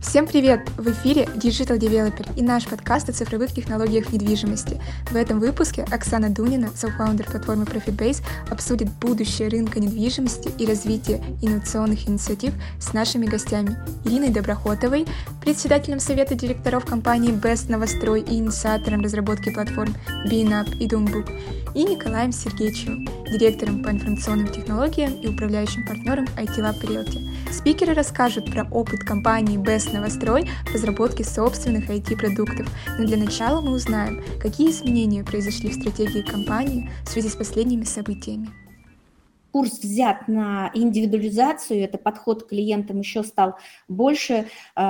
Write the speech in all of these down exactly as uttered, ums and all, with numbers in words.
Всем привет! В эфире Digital Developer и наш подкаст о цифровых технологиях недвижимости. В этом выпуске Оксана Дунина, софаундер платформы ProfitBase, обсудит будущее рынка недвижимости и развитие инновационных инициатив с нашими гостями Ириной Доброхотовой, председателем совета директоров компании Best Новострой и инициатором разработки платформ BeanUp и Doombook, и Николаем Сергеевичем, директором по информационным технологиям и управляющим партнером ай ти Lab Realty. Спикеры расскажут про опыт компании Best Новострой в разработке собственных ай ти-продуктов. Но для начала мы узнаем, какие изменения произошли в стратегии компании в связи с последними событиями. Курс взят на индивидуализацию, это подход к клиентам еще стал больше,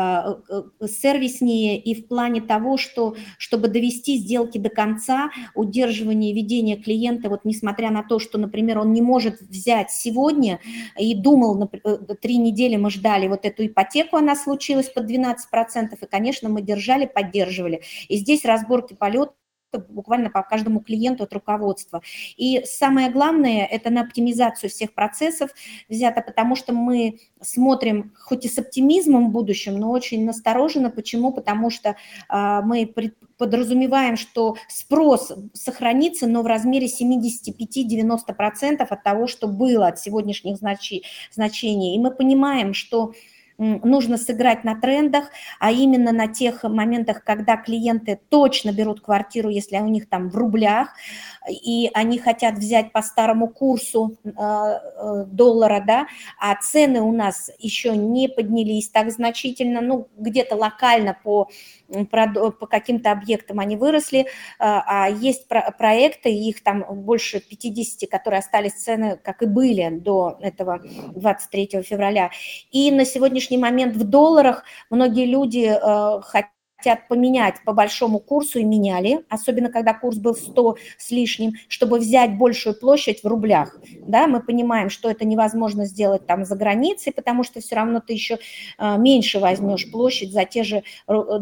сервиснее и в плане того, что, чтобы довести сделки до конца, удерживание ведения клиента, вот несмотря на то, что, например, он не может взять сегодня и думал, три недели мы ждали вот эту ипотеку, она случилась под двенадцать процентов, и, конечно, мы держали, поддерживали. И здесь разборки полета буквально по каждому клиенту от руководства. И самое главное, это на оптимизацию всех процессов взято, потому что мы смотрим, хоть и с оптимизмом в будущем, но очень настороженно. Почему? Потому что а, мы подразумеваем, что спрос сохранится, но в размере семьдесят пять - девяносто процентов от того, что было, от сегодняшних значений. И мы понимаем, что нужно сыграть на трендах, а именно на тех моментах, когда клиенты точно берут квартиру, если у них там в рублях, и они хотят взять по старому курсу э, доллара, да, а цены у нас еще не поднялись так значительно, ну, где-то локально по, по каким-то объектам они выросли, а есть проекты, их там больше пятидесяти, которые остались цены, как и были до этого двадцать третьего февраля. И на сегодняшний момент в долларах многие люди э, хотят поменять по большому курсу и меняли, особенно когда курс был сто с лишним, чтобы взять большую площадь в рублях. Да, мы понимаем, что это невозможно сделать там за границей, потому что все равно ты еще э, меньше возьмешь площадь за те же э,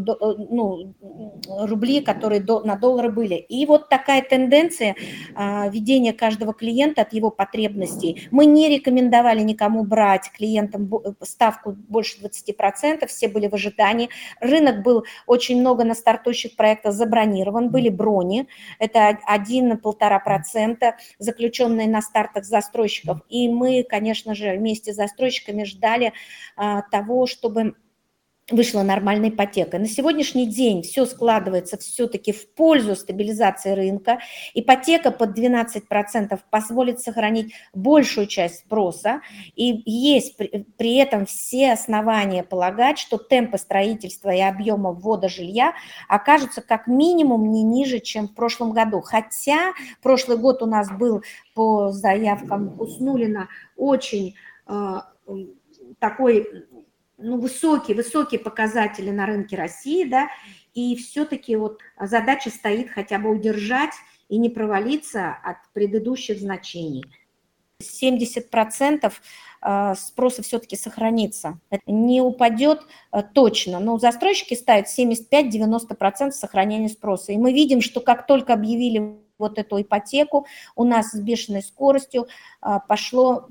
ну, рубли, которые до, на доллары были. И вот такая тенденция э, ведения каждого клиента от его потребностей. Мы не рекомендовали никому брать клиентам ставку больше двадцати процентов, все были в ожидании. Рынок был очень много на стартующих проектах забронирован, были брони, это один-полтора процента, заключенные на стартах застройщиков. И мы, конечно же, вместе с застройщиками ждали а, того, чтобы вышла нормальная ипотека. На сегодняшний день все складывается все-таки в пользу стабилизации рынка. Ипотека под двенадцать процентов позволит сохранить большую часть спроса. И есть при, при этом все основания полагать, что темпы строительства и объема ввода жилья окажутся как минимум не ниже, чем в прошлом году. Хотя прошлый год у нас был по заявкам Хуснуллина очень э, такой... ну, высокие, высокие показатели на рынке России, да, и все-таки вот задача стоит хотя бы удержать и не провалиться от предыдущих значений. семьдесят процентов спроса все-таки сохранится, не упадет точно, но застройщики ставят семьдесят пять - девяносто процентов сохранения спроса, и мы видим, что как только объявили вот эту ипотеку, у нас с бешеной скоростью пошло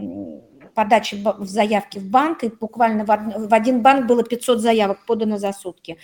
подачи в заявки в банк, и буквально в один банк было пятьсот заявок подано за сутки.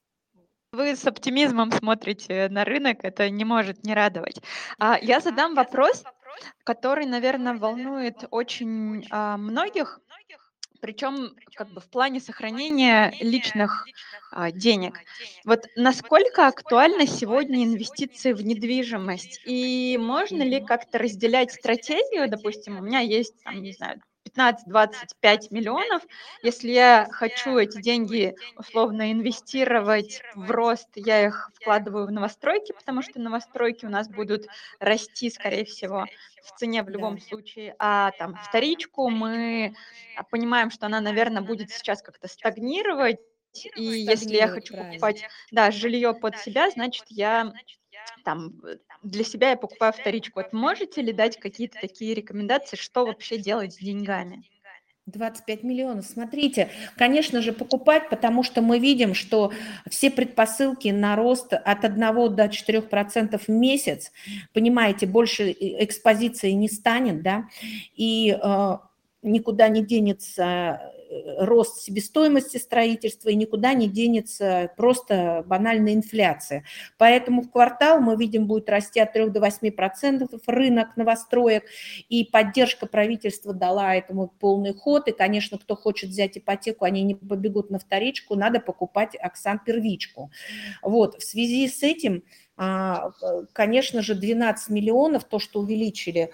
Вы с оптимизмом смотрите на рынок, это не может не радовать. А я задам вопрос, который, наверное, волнует очень а, многих, причем как бы в плане сохранения личных а, денег. Вот насколько актуальны сегодня инвестиции в недвижимость? И можно ли как-то разделять стратегию? Допустим, у меня есть, там, не знаю, пятнадцать-двадцать пять миллионов. Если я хочу эти деньги условно инвестировать в рост, я их вкладываю в новостройки, потому что новостройки у нас будут расти, скорее всего, в цене в любом случае. А там вторичку мы понимаем, что она, наверное, будет сейчас как-то стагнировать. И если я хочу покупать, да, жилье под себя, значит, я там для себя я покупаю вторичку. Вот можете ли дать какие-то такие рекомендации, что вообще делать с деньгами? двадцать пять миллионов. Смотрите, конечно же, покупать, потому что мы видим, что все предпосылки на рост от одного до четырёх процентов в месяц, понимаете, больше экспозиции не станет, да, и э, никуда не денется рост себестоимости строительства, и никуда не денется просто банальная инфляция. Поэтому в квартал, мы видим, будет расти от трёх до восьми процентов рынок новостроек, и поддержка правительства дала этому полный ход. И, конечно, кто хочет взять ипотеку, они не побегут на вторичку, надо покупать, Оксан, первичку. Вот, в связи с этим, конечно же, двенадцать миллионов, то, что увеличили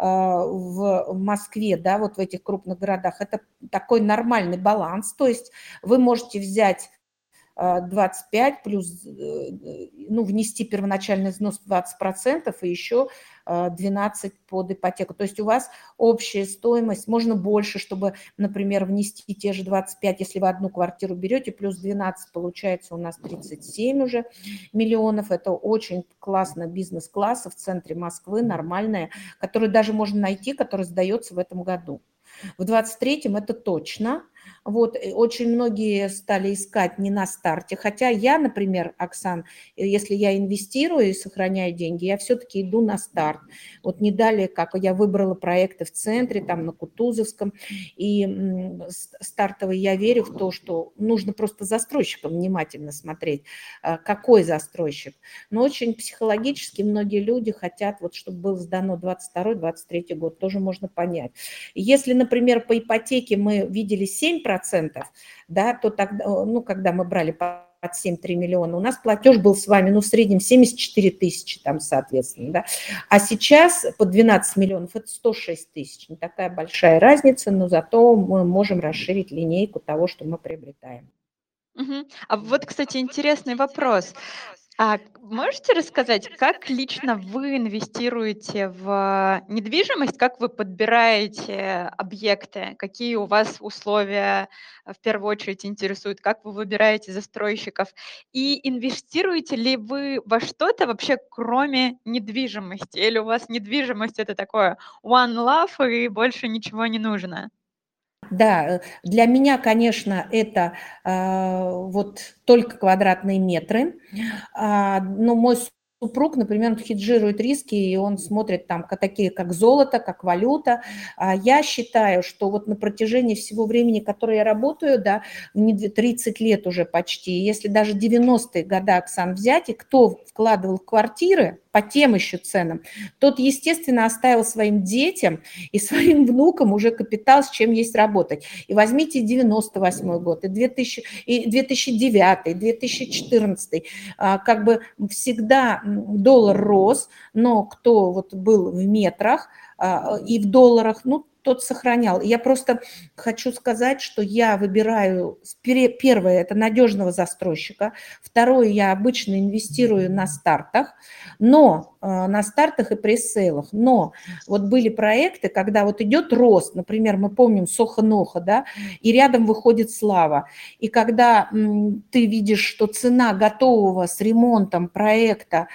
в Москве, да, вот в этих крупных городах, это такой нормальный баланс. То есть вы можете взять двадцать пять плюс, ну, внести первоначальный взнос двадцать процентов и еще двенадцать под ипотеку. То есть у вас общая стоимость, можно больше, чтобы, например, внести те же двадцать пять, если вы одну квартиру берете, плюс двенадцать, получается у нас тридцать семь уже миллионов. Это очень классно бизнес-класса в центре Москвы, нормальная, которую даже можно найти, которая сдается в этом году. В двадцать третьем это точно. Вот, очень многие стали искать не на старте, хотя я, например, Оксан, если я инвестирую и сохраняю деньги, я все-таки иду на старт. Вот не далее, как я выбрала проекты в центре, там на Кутузовском, и стартовый я верю в то, что нужно просто застройщикам внимательно смотреть, какой застройщик. Но очень психологически многие люди хотят, вот, чтобы было сдано двадцать второй — двадцать третий год, тоже можно понять. Если, например, по ипотеке мы видели семь процентов, да, то тогда, ну, когда мы брали под семь три миллиона, у нас платеж был с вами, ну, в среднем семьдесят четыре тысячи там, соответственно, да, а сейчас по двенадцать миллионов это сто шесть тысяч, не такая большая разница, но зато мы можем расширить линейку того, что мы приобретаем. Угу. А вот, кстати, интересный вопрос. А можете рассказать, как лично вы инвестируете в недвижимость, как вы подбираете объекты, какие у вас условия в первую очередь интересуют, как вы выбираете застройщиков, и инвестируете ли вы во что-то вообще кроме недвижимости, или у вас недвижимость это такое one love и больше ничего не нужно? Да, для меня, конечно, это э, вот только квадратные метры, а, но мой супруг, например, он хеджирует риски, и он смотрит там такие, как золото, как валюта. А я считаю, что вот на протяжении всего времени, которое я работаю, да, тридцать лет уже почти, если даже девяностые годы, Оксан, взять, и кто вкладывал в квартиры по тем еще ценам, тот, естественно, оставил своим детям и своим внукам уже капитал, с чем есть работать. И возьмите девяносто восьмой год, и, две тысячи, и две тысячи девятый, и две тысячи четырнадцатый. Как бы всегда доллар рос, но кто вот был в метрах и в долларах, ну, тот сохранял. Я просто хочу сказать, что я выбираю, первое, это надежного застройщика, второе, я обычно инвестирую на стартах, но на стартах и пресейлах, но вот были проекты, когда вот идет рост, например, мы помним Сохо-Нохо, да, и рядом выходит Слава, и когда м, ты видишь, что цена готового с ремонтом проекта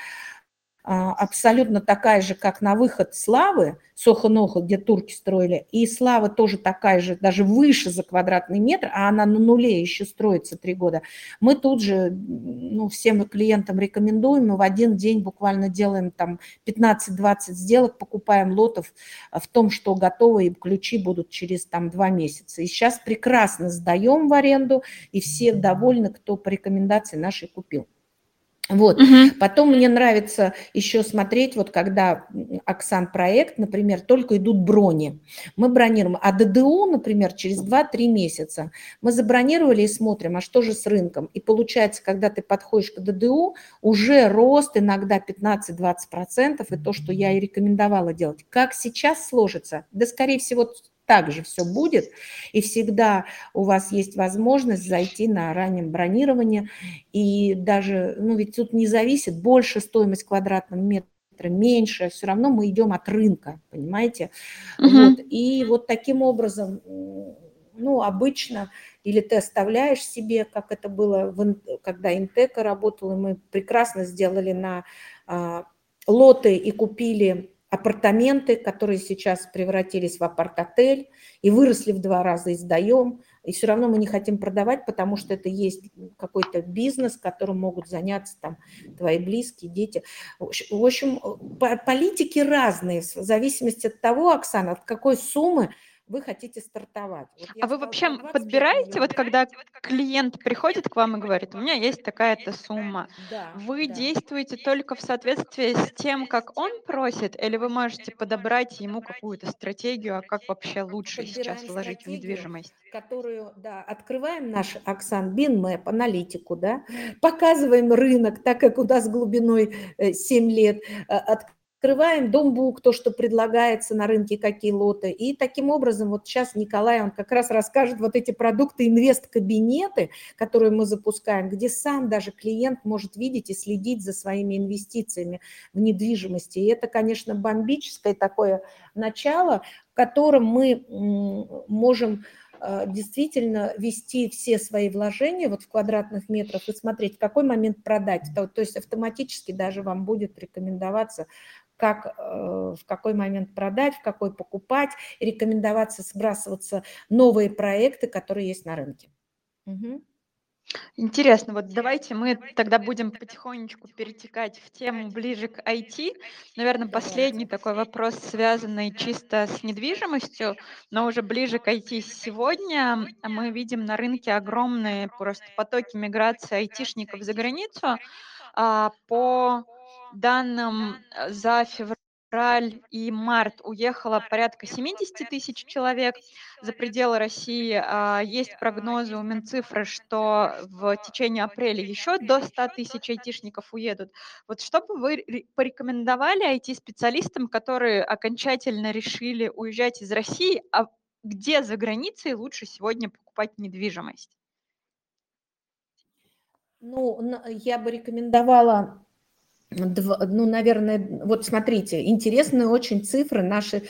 абсолютно такая же, как на выход Славы, Сохо-Нохо, где турки строили, и Слава тоже такая же, даже выше за квадратный метр, а она на нуле еще строится три года. Мы тут же, ну, всем клиентам рекомендуем, мы в один день буквально делаем там пятнадцать-двадцать сделок, покупаем лотов в том, что готово, и ключи будут через там два месяца. И сейчас прекрасно сдаем в аренду, и все довольны, кто по рекомендации нашей купил. Вот. Угу. Потом мне нравится еще смотреть, вот когда Оксан проект, например, только идут брони. Мы бронируем, а ДДУ, например, через два-три месяца мы забронировали и смотрим, а что же с рынком. И получается, когда ты подходишь к ДДУ, уже рост иногда пятнадцать-двадцать процентов, и то, что я и рекомендовала делать. Как сейчас сложится? Да, скорее всего, так же все будет, и всегда у вас есть возможность зайти на раннем бронировании, и даже, ну ведь тут не зависит, больше стоимость квадратного метра, меньше, все равно мы идем от рынка, понимаете? Угу. Вот, и вот таким образом, ну, обычно, или ты оставляешь себе, как это было, в, когда Интека работала, мы прекрасно сделали на а, лоты и купили апартаменты, которые сейчас превратились в апарт-отель и выросли в два раза, и сдаем. И все равно мы не хотим продавать, потому что это есть какой-то бизнес, которым могут заняться там твои близкие, дети. В общем, политики разные, в зависимости от того, Оксана, от какой суммы вы хотите стартовать. Вот А я вы сказала вообще про м, двадцать пять подбираете, вот миллионов. когда клиент приходит к вам и говорит, у меня есть такая-то сумма, Да, вы да. действуете только в соответствии с тем, как он просит, или вы можете подобрать ему какую-то стратегию, а как вообще лучше сейчас Подбираем вложить в стратегию, недвижимость? которую, да, открываем наш, Оксан, BinMap, аналитику, да, показываем рынок, так как у нас глубиной э, семь лет, э, открываем домбук, то, что предлагается на рынке, какие лоты, и таким образом, вот сейчас Николай, он как раз расскажет вот эти продукты, инвест-кабинеты, которые мы запускаем, где сам даже клиент может видеть и следить за своими инвестициями в недвижимости, и это, конечно, бомбическое такое начало, в котором мы можем действительно вести все свои вложения вот в квадратных метрах и смотреть, в какой момент продать. То, то есть автоматически даже вам будет рекомендоваться, как, в какой момент продать, в какой покупать, рекомендоваться сбрасываться новые проекты, которые есть на рынке. Угу. Интересно, вот давайте мы тогда будем потихонечку перетекать в тему ближе к ай ти. Наверное, последний такой вопрос, связанный чисто с недвижимостью, но уже ближе к ай ти. Сегодня мы видим на рынке огромные просто потоки миграции айтишников за границу. А, По данным э, за февраль и март уехало порядка семьдесят тысяч человек за пределы России. А, Есть прогнозы у Минцифры, что в течение апреля еще до ста тысяч айтишников уедут. Вот что бы вы ре- порекомендовали ай ти-специалистам, которые окончательно решили уезжать из России, а где за границей лучше сегодня покупать недвижимость? Ну, я бы рекомендовала, ну, наверное, вот смотрите, интересные очень цифры наши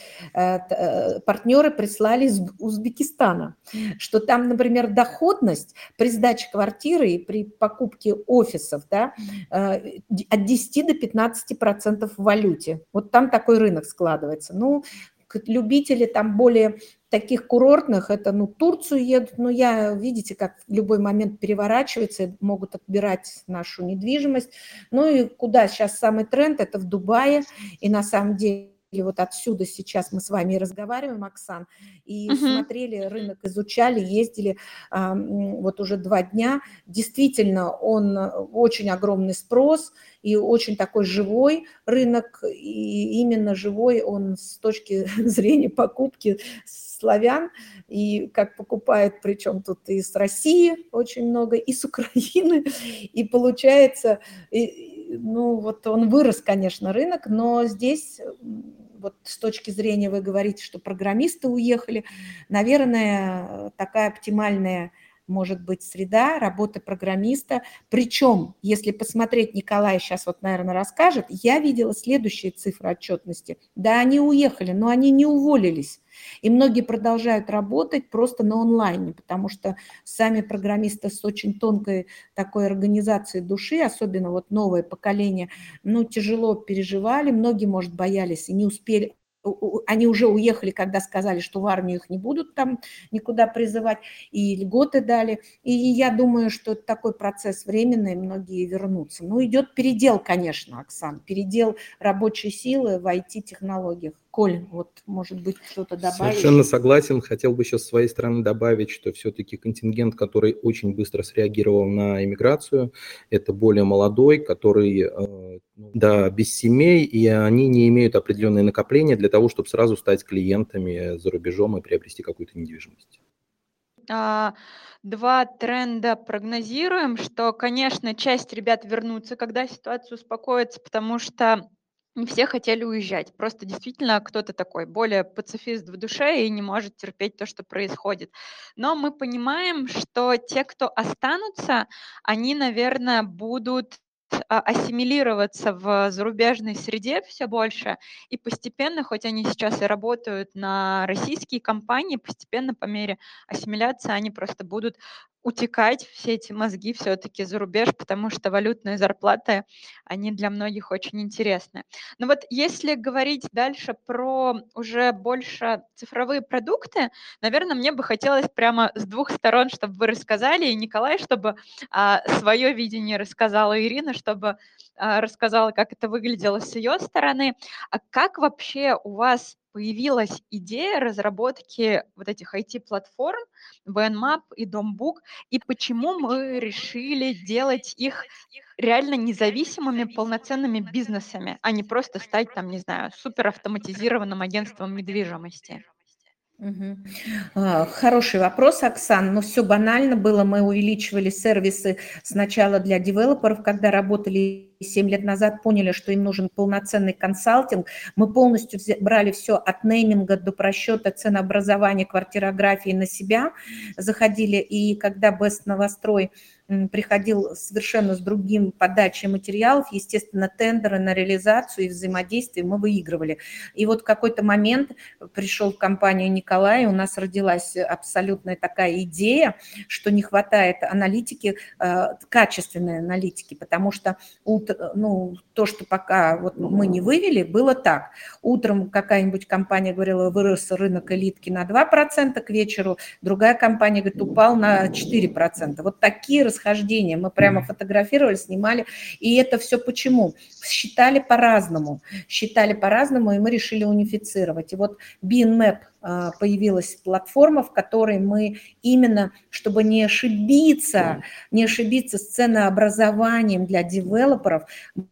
э, партнеры прислали из Узбекистана, что там, например, доходность при сдаче квартиры и при покупке офисов, да, э, от десяти до пятнадцати процентов в валюте. Вот там такой рынок складывается. Ну, любители там более таких курортных, это, ну, Турцию едут, но я, видите, как в любой момент переворачивается, могут отбирать нашу недвижимость. Ну и куда сейчас самый тренд, это в Дубае, и на самом деле вот отсюда сейчас мы с вами и разговариваем, Оксан, и Мгм. смотрели рынок, изучали, ездили а, вот уже два дня. Действительно, он очень огромный спрос и очень такой живой рынок, и именно живой он с точки зрения покупки славян, и как покупают, причем тут и с России очень много, и с Украины, и получается, и, ну вот он вырос, конечно, рынок, но здесь вот с точки зрения, вы говорите, что программисты уехали, наверное, такая оптимальная может быть среда работы программиста. Причем, если посмотреть, Николай сейчас вот, наверное, расскажет, я видела следующие цифры отчетности. Да, они уехали, но они не уволились. И многие продолжают работать просто на онлайне, потому что сами программисты с очень тонкой такой организацией души, особенно вот новое поколение, ну, тяжело переживали, многие, может, боялись и не успели. Они уже уехали, когда сказали, что в армию их не будут там никуда призывать, и льготы дали. И я думаю, что это такой процесс временный, многие вернутся. Ну, идет передел, конечно, Оксан, передел рабочей силы в ай ти-технологиях. Коль, вот, может быть, кто-то добавит. Совершенно согласен. Хотел бы еще с своей стороны добавить, что все-таки контингент, который очень быстро среагировал на иммиграцию, это более молодой, который, да, без семей, и они не имеют определенные накопления для того, чтобы сразу стать клиентами за рубежом и приобрести какую-то недвижимость. А, Два тренда прогнозируем, что, конечно, часть ребят вернутся, когда ситуация успокоится, потому что не все хотели уезжать. Просто действительно кто-то такой более пацифист в душе и не может терпеть то, что происходит. Но мы понимаем, что те, кто останутся, они, наверное, будут а, ассимилироваться в зарубежной среде все больше, и постепенно, хоть они сейчас и работают на российские компании, постепенно по мере ассимиляции они просто будут утекать, все эти мозги все-таки за рубеж, потому что валютные зарплаты, они для многих очень интересны. Но вот если говорить дальше про уже больше цифровые продукты, наверное, мне бы хотелось прямо с двух сторон, чтобы вы рассказали, и Николай, чтобы а, свое видение рассказала, Ирина, чтобы а, рассказала, как это выглядело с ее стороны. А как вообще у вас появилась идея разработки вот этих ай ти-платформ, ви эн мап и Домбук, и почему мы решили делать их реально независимыми, полноценными бизнесами, а не просто стать там, не знаю, суперавтоматизированным агентством недвижимости? Мгм. А, Хороший вопрос, Оксан. Но все банально было. Мы увеличивали сервисы сначала для девелоперов, когда работали семь лет назад, поняли, что им нужен полноценный консалтинг. Мы полностью взя- брали все от нейминга до просчета ценообразования, квартирографии на себя, заходили. И когда Best Новострой м, приходил совершенно с другим подачей материалов, естественно, тендеры на реализацию и взаимодействие мы выигрывали. И вот в какой-то момент пришел в компанию Николай, и у нас родилась абсолютная такая идея, что не хватает аналитики, э, качественной аналитики, потому что ут- ну, то, что пока вот мы не вывели, было так. Утром какая-нибудь компания говорила, вырос рынок элитки на два процента, к вечеру другая компания говорит, упал на четыре процента. Вот такие расхождения. Мы прямо фотографировали, снимали. И это все почему? Считали по-разному. Считали по-разному, и мы решили унифицировать. И вот би эн мэп а, появилась платформа, в которой мы именно, чтобы не ошибиться, не ошибиться с ценообразованием для девелоперов,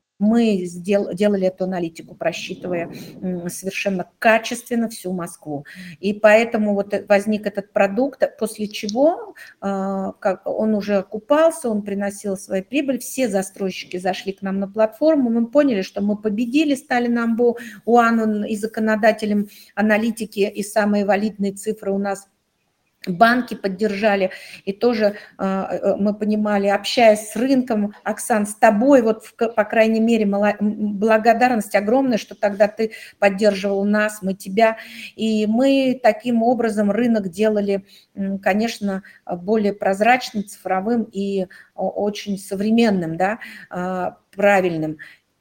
мы сдел- делали эту аналитику, просчитывая м, совершенно качественно всю Москву. И поэтому вот э- возник этот продукт, после чего а, как он уже окупался, он приносил свою прибыль, все застройщики зашли к нам на платформу, мы поняли, что мы победили, стали number one и законодателем аналитики, и самые валидные цифры у нас банки поддержали, и тоже э, мы понимали, общаясь с рынком, Оксан, с тобой, вот по крайней мере, благодарность огромная, что тогда ты поддерживал нас, мы тебя, и мы таким образом рынок делали, конечно, более прозрачным, цифровым и очень современным, да, правильным.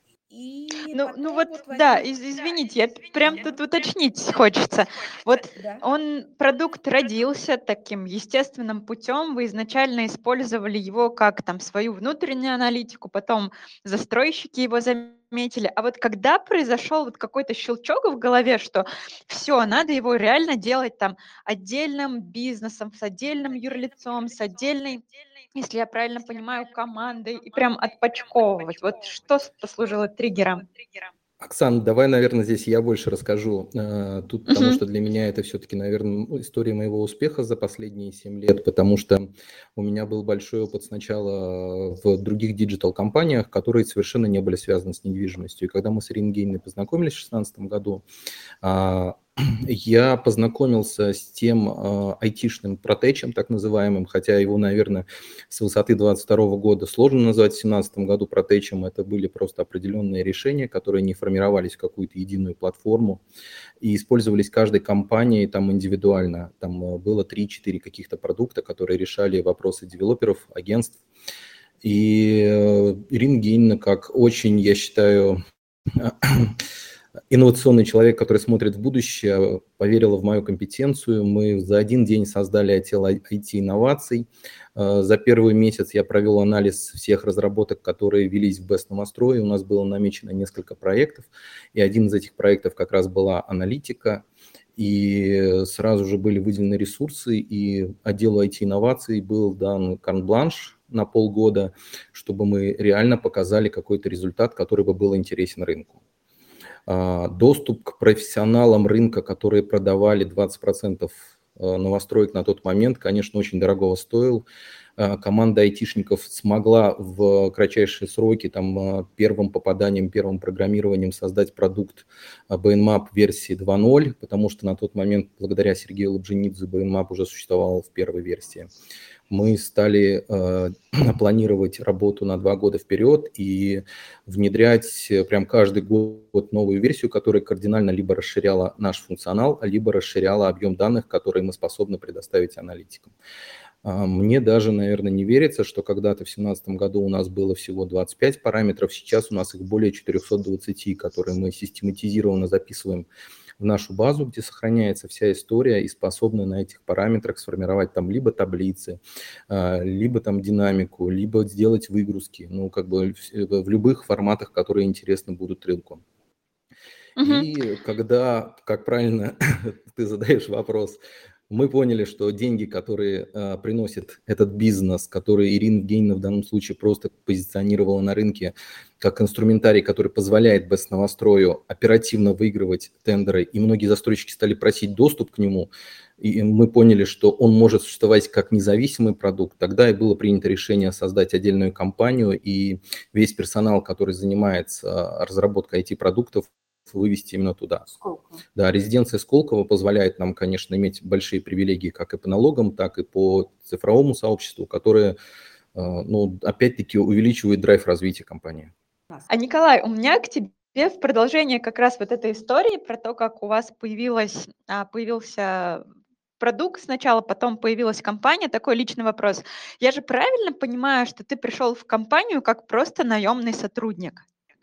И Ну, ну потом вот, вот да, возник... из- извините, я прям тут уточнить хочется. Вот Да. он, продукт родился таким естественным путем, вы изначально использовали его как там свою внутреннюю аналитику, потом застройщики его заметили. А вот когда произошел вот какой-то щелчок в голове, что все, надо его реально делать там отдельным бизнесом, с отдельным юрлицом, с отдельной, если я правильно понимаю, командой, и прям отпочковывать. Вот что с- послужило триггером? Оксана, давай, наверное, здесь я больше расскажу. э, Тут, потому Мгм. что для меня это все-таки, наверное, ну, история моего успеха за последние семь лет, потому что у меня был большой опыт сначала в других диджитал-компаниях, которые совершенно не были связаны с недвижимостью. И когда мы с Ириной Гейной познакомились в две тысячи шестнадцатом году, а, я познакомился с тем а, айтишным протечем, так называемым, хотя его, наверное, с высоты двадцать второго года сложно назвать в семнадцатом году протечем. Это были просто определенные решения, которые не формировались в какую-то единую платформу и использовались каждой компанией там индивидуально. Там а, было три-четыре каких-то продукта, которые решали вопросы девелоперов, агентств. И э, Ирина Гейнина, как очень, я считаю, инновационный человек, который смотрит в будущее, поверила в мою компетенцию. Мы за один день создали отдел ай ти-инноваций. За первый месяц я провел анализ всех разработок, которые велись в Best Новострое. У нас было намечено несколько проектов, и один из этих проектов как раз была аналитика. И сразу же были выделены ресурсы, и отделу ай ти-инноваций был дан карт-бланш на полгода, чтобы мы реально показали какой-то результат, который бы был интересен рынку. Доступ к профессионалам рынка, которые продавали двадцать процентов новостроек на тот момент, конечно, очень дорогого стоил. Команда айтишников смогла в кратчайшие сроки там, первым попаданием, первым программированием создать продукт би эн мап версии два ноль, потому что на тот момент, благодаря Сергею Лабженидзе, би эн мап уже существовал в первой версии. Мы стали э, планировать работу на два года вперед и внедрять прям каждый год новую версию, которая кардинально либо расширяла наш функционал, либо расширяла объем данных, которые мы способны предоставить аналитикам. Мне даже, наверное, не верится, что когда-то в две тысячи семнадцатом году у нас было всего двадцать пять параметров, сейчас у нас их более четыреста двадцать, которые мы систематизированно записываем в нашу базу, где сохраняется вся история и способны на этих параметрах сформировать там либо таблицы, либо там динамику, либо сделать выгрузки, ну, как бы в любых форматах, которые интересны будут рынку. Мгм. И когда, как правильно ты задаешь вопрос, мы поняли, что деньги, которые а, приносит этот бизнес, который Ирина Евгеньевна в данном случае просто позиционировала на рынке как инструментарий, который позволяет Бест-новострою оперативно выигрывать тендеры, и многие застройщики стали просить доступ к нему, и мы поняли, что он может существовать как независимый продукт. Тогда и было принято решение создать отдельную компанию, и весь персонал, который занимается разработкой ай ти-продуктов, вывести именно туда. Сколько? Да, резиденция Сколково позволяет нам, конечно, иметь большие привилегии как и по налогам, так и по цифровому сообществу, которое, э, ну, опять-таки увеличивает драйв развития компании. А, Николай, у меня к тебе в продолжение как раз вот этой истории про то, как у вас появилась, а, появился продукт сначала, потом появилась компания, такой личный вопрос. Я же правильно понимаю, что ты пришел в компанию как просто наемный сотрудник?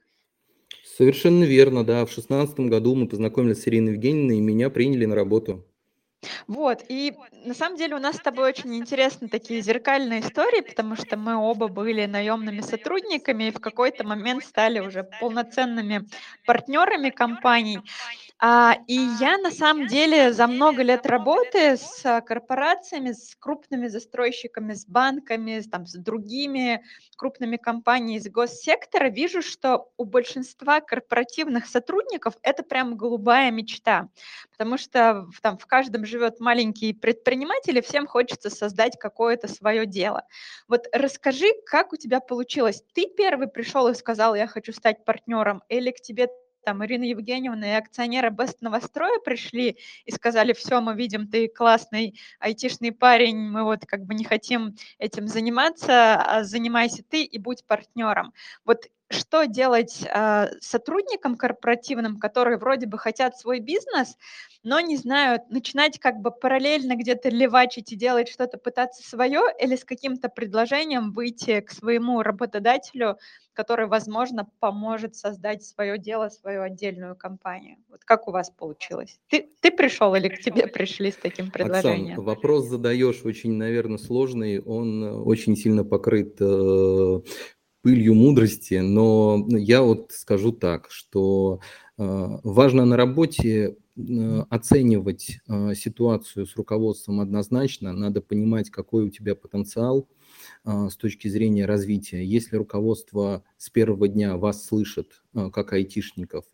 Совершенно верно, да. В шестнадцатом году мы познакомились с Ириной Евгеньевной, и меня приняли на работу. Вот, и на самом деле у нас с тобой очень интересны такие зеркальные истории, потому что мы оба были наемными сотрудниками и в какой-то момент стали уже полноценными партнерами компаний. А, и я на самом деле за много лет работы с а, корпорациями, с крупными застройщиками, с банками, с, там, с другими крупными компаниями из госсектора вижу, что у большинства корпоративных сотрудников это прям голубая мечта, потому что в, там, в каждом живет маленький предприниматель, и всем хочется создать какое-то свое дело. Вот расскажи, как у тебя получилось? Ты первый пришел и сказал, я хочу стать партнером, или к тебе там Ирина Евгеньевна и акционеры Бест Новостроя пришли и сказали, все, мы видим, ты классный айтишный парень, мы вот как бы не хотим этим заниматься, а занимайся ты и будь партнером. Вот что делать а, сотрудникам корпоративным, которые вроде бы хотят свой бизнес, но не знают, начинать как бы параллельно где-то левачить и делать что-то, пытаться свое, или с каким-то предложением выйти к своему работодателю, который, возможно, поможет создать свое дело, свою отдельную компанию. Вот как у вас получилось? Ты, ты пришел или к тебе пришли с таким Оксан, предложением? вопрос задаешь очень, наверное, сложный, он э, очень сильно покрыт э, пылью мудрости, но я вот скажу так, что э, важно на работе э, оценивать э, ситуацию с руководством однозначно, надо понимать, какой у тебя потенциал э, с точки зрения развития. Если руководство с первого дня вас слышит, э, как айтишников,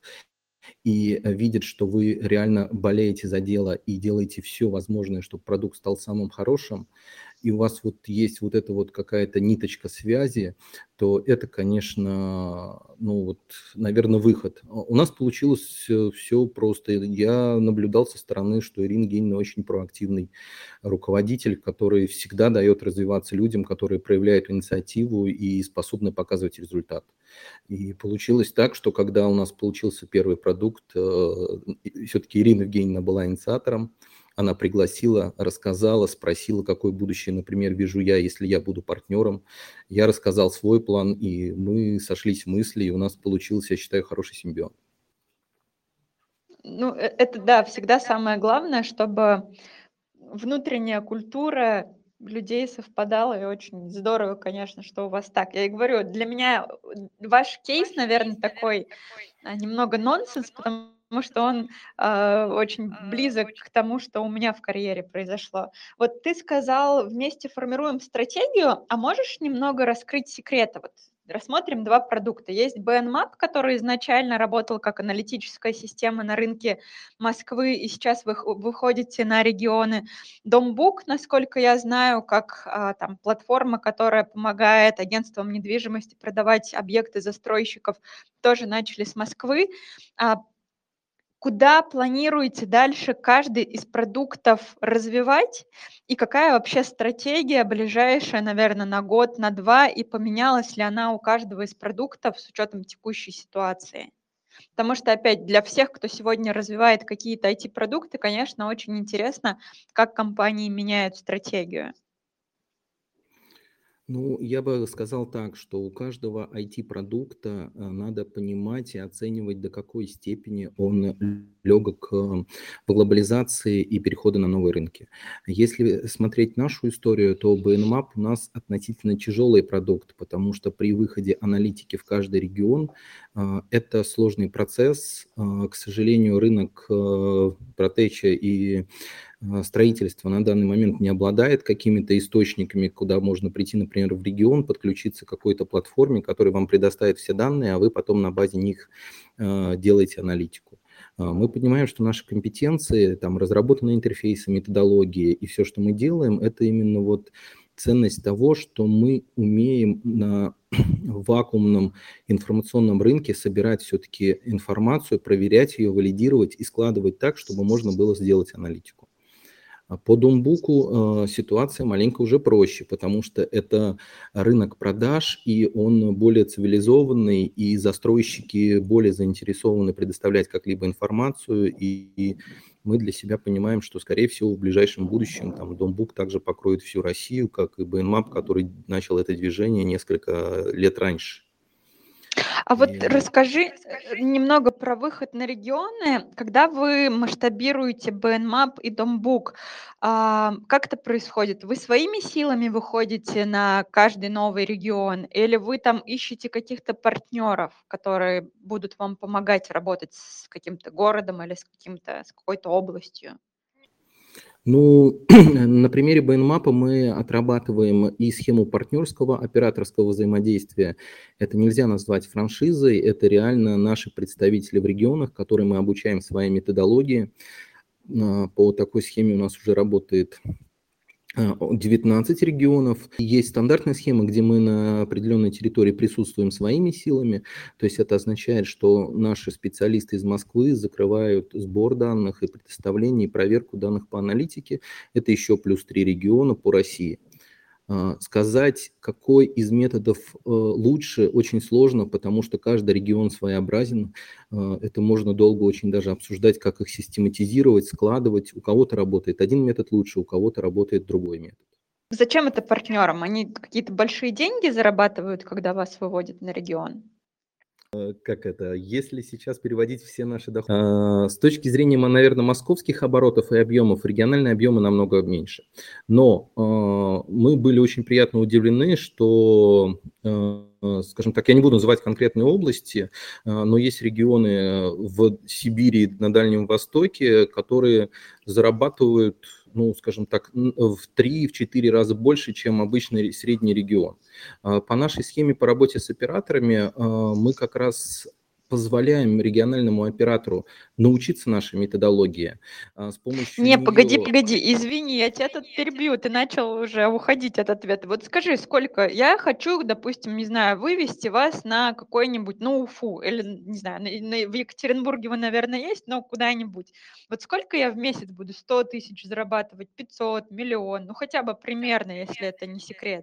и видит, что вы реально болеете за дело и делаете все возможное, чтобы продукт стал самым хорошим, и у вас вот есть вот эта вот какая-то ниточка связи, то это, конечно, ну вот, наверное, выход. У нас получилось все просто. Я наблюдал со стороны, что Ирина Евгеньевна очень проактивный руководитель, который всегда дает развиваться людям, которые проявляют инициативу и способны показывать результат. И получилось так, что когда у нас получился первый продукт, все-таки Ирина Евгеньевна была инициатором, она пригласила, рассказала, спросила, какое будущее, например, вижу я, если я буду партнером. Я рассказал свой план, и мы сошлись в мысли, и у нас получился, я считаю, хороший симбиоз. Ну, э- это да, всегда самое главное, чтобы внутренняя культура людей совпадала, и очень здорово, конечно, что у вас так. Я и говорю, для меня э, ваш кейс, наверное, такой а, немного нонсенс, потому что он а, очень близок к тому, что у меня в карьере произошло. Вот ты сказал, вместе формируем стратегию, а можешь немного раскрыть секреты? Вот рассмотрим два продукта. Есть би эн Map, который изначально работал как аналитическая система на рынке Москвы, и сейчас вы выходите на регионы. Домбук, насколько я знаю, как а, там платформа, которая помогает агентствам недвижимости продавать объекты застройщиков, тоже начали с Москвы. А куда планируете дальше каждый из продуктов развивать? И какая вообще стратегия ближайшая, наверное, на год, на два? И поменялась ли она у каждого из продуктов с учетом текущей ситуации? Потому что, опять, для всех, кто сегодня развивает какие-то ай ти-продукты, конечно, очень интересно, как компании меняют стратегию. Ну, я бы сказал так, что у каждого ай ти-продукта э, надо понимать и оценивать, до какой степени он легок к глобализации и переходу на новые рынки. Если смотреть нашу историю, то би эн мап у нас относительно тяжелый продукт, потому что при выходе аналитики в каждый регион э, это сложный процесс. Э, К сожалению, рынок э, протеча и э, строительство на данный момент не обладает какими-то источниками, куда можно прийти, например, в регион, подключиться к какой-то платформе, которая вам предоставит все данные, а вы потом на базе них э, делаете аналитику. Э, Мы понимаем, что наши компетенции, там, разработанные интерфейсы, методологии и все, что мы делаем, это именно вот ценность того, что мы умеем на вакуумном информационном рынке собирать все-таки информацию, проверять ее, валидировать и складывать так, чтобы можно было сделать аналитику. А По Домбуку э, ситуация маленько уже проще, потому что это рынок продаж, и он более цивилизованный, и застройщики более заинтересованы предоставлять как-либо информацию, и, и мы для себя понимаем, что, скорее всего, в ближайшем будущем там Домбук также покроет всю Россию, как и би эн мап, который начал это движение несколько лет раньше. А вот И расскажи э, немного про выход на регионы. Когда вы масштабируете би эн мап и Домбук, а, как это происходит? Вы своими силами выходите на каждый новый регион, или вы там ищете каких-то партнеров, которые будут вам помогать работать с каким-то городом или с каким-то, с какой-то областью? Ну, на примере би эн мап мы отрабатываем и схему партнерского операторского взаимодействия. Это нельзя назвать франшизой, это реально наши представители в регионах, которые мы обучаем своей методологии. А, По такой схеме у нас уже работает а, девятнадцать регионов. Есть стандартная схема, где мы на определенной территории присутствуем своими силами. То есть это означает, что наши специалисты из Москвы закрывают сбор данных и предоставление и проверку данных по аналитике. Это еще плюс три региона по России. А, Сказать, какой из методов э, лучше, очень сложно, потому что каждый регион своеобразен. Э, Это можно долго очень даже обсуждать, как их систематизировать, складывать. У кого-то работает один метод лучше, у кого-то работает другой метод. Зачем это партнерам? Они какие-то большие деньги зарабатывают, когда вас выводят на регион? Как это, если сейчас переводить все наши доходы, а, с точки зрения, наверное, московских оборотов и объемов, региональные объемы намного меньше. Но а, мы были очень приятно удивлены, что, а, скажем так, я не буду называть конкретные области, а, но есть регионы в Сибири, на Дальнем Востоке, которые зарабатывают, ну, скажем так, н- в три-четыре раза больше, чем обычный средний регион. А, По нашей схеме по работе с операторами а, мы как раз позволяем региональному оператору научиться нашей методологии а, с помощью Не, погоди, нее. погоди, извини, я тебя тут перебью, ты начал уже уходить от ответа. Вот скажи, сколько я хочу, допустим, не знаю, вывести вас на какой-нибудь, ну, Уфу, или, не знаю, на- на- в Екатеринбурге вы, наверное, есть, но куда-нибудь. Вот сколько я в месяц буду? сто тысяч зарабатывать, пятьсот, миллион, ну, хотя бы примерно, если это не секрет.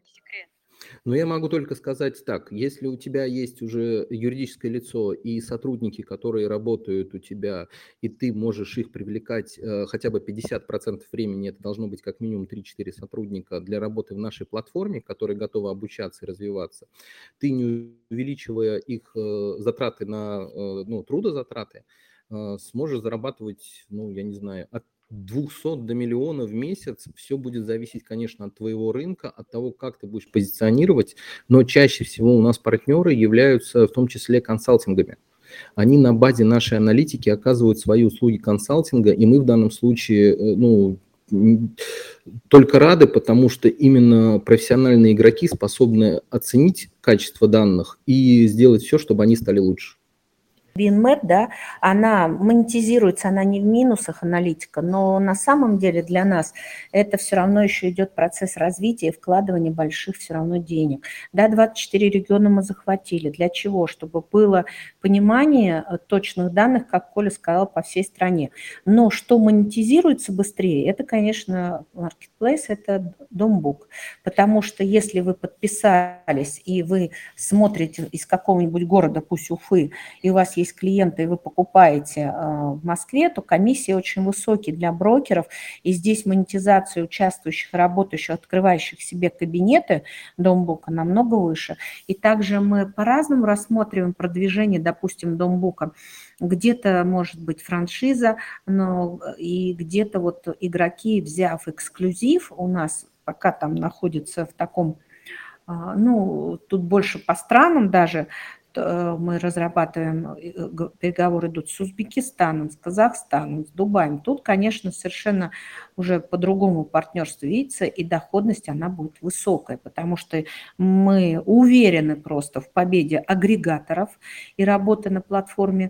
Но я могу только сказать так, если у тебя есть уже юридическое лицо и сотрудники, которые работают у тебя, и ты можешь их привлекать э, хотя бы пятьдесят процентов времени, это должно быть как минимум три-четыре сотрудника для работы в нашей платформе, которые готовы обучаться и развиваться, ты, не увеличивая их э, затраты на, э, ну, трудозатраты, э, сможешь зарабатывать, ну, я не знаю, от двухсот до миллиона в месяц. Все будет зависеть, конечно, от твоего рынка, от того, как ты будешь позиционировать, но чаще всего у нас партнеры являются в том числе консалтингами. Они на базе нашей аналитики оказывают свои услуги консалтинга, и мы в данном случае, э, ну, м, только рады, потому что именно профессиональные игроки способны оценить качество данных и сделать все, чтобы они стали лучше. би эн мап, да, она монетизируется, она не в минусах, аналитика, но на самом деле для нас это все равно еще идет процесс развития и вкладывания больших все равно денег. Да, двадцать четыре региона мы захватили. Для чего? Чтобы было понимание э, точных данных, как Коля сказал, по всей стране. Но что монетизируется быстрее, это, конечно, Marketplace, это Домбук. Потому что если вы подписались и вы смотрите из какого-нибудь города, пусть Уфы, и у вас есть есть клиенты, и вы покупаете в Москве, то комиссии очень высокие для брокеров, и здесь монетизация участвующих, работающих, открывающих себе кабинеты Домбука намного выше. И также мы по-разному рассматриваем продвижение, допустим, Домбука. Где-то может быть франшиза, но и где-то вот игроки, взяв эксклюзив, у нас пока там находится в таком, ну, тут больше по странам даже, мы разрабатываем, переговоры идут с Узбекистаном, с Казахстаном, с Дубаем. Тут, конечно, совершенно уже по-другому партнерство видится, и доходность, она будет высокая, потому что мы уверены просто в победе агрегаторов и работы на платформе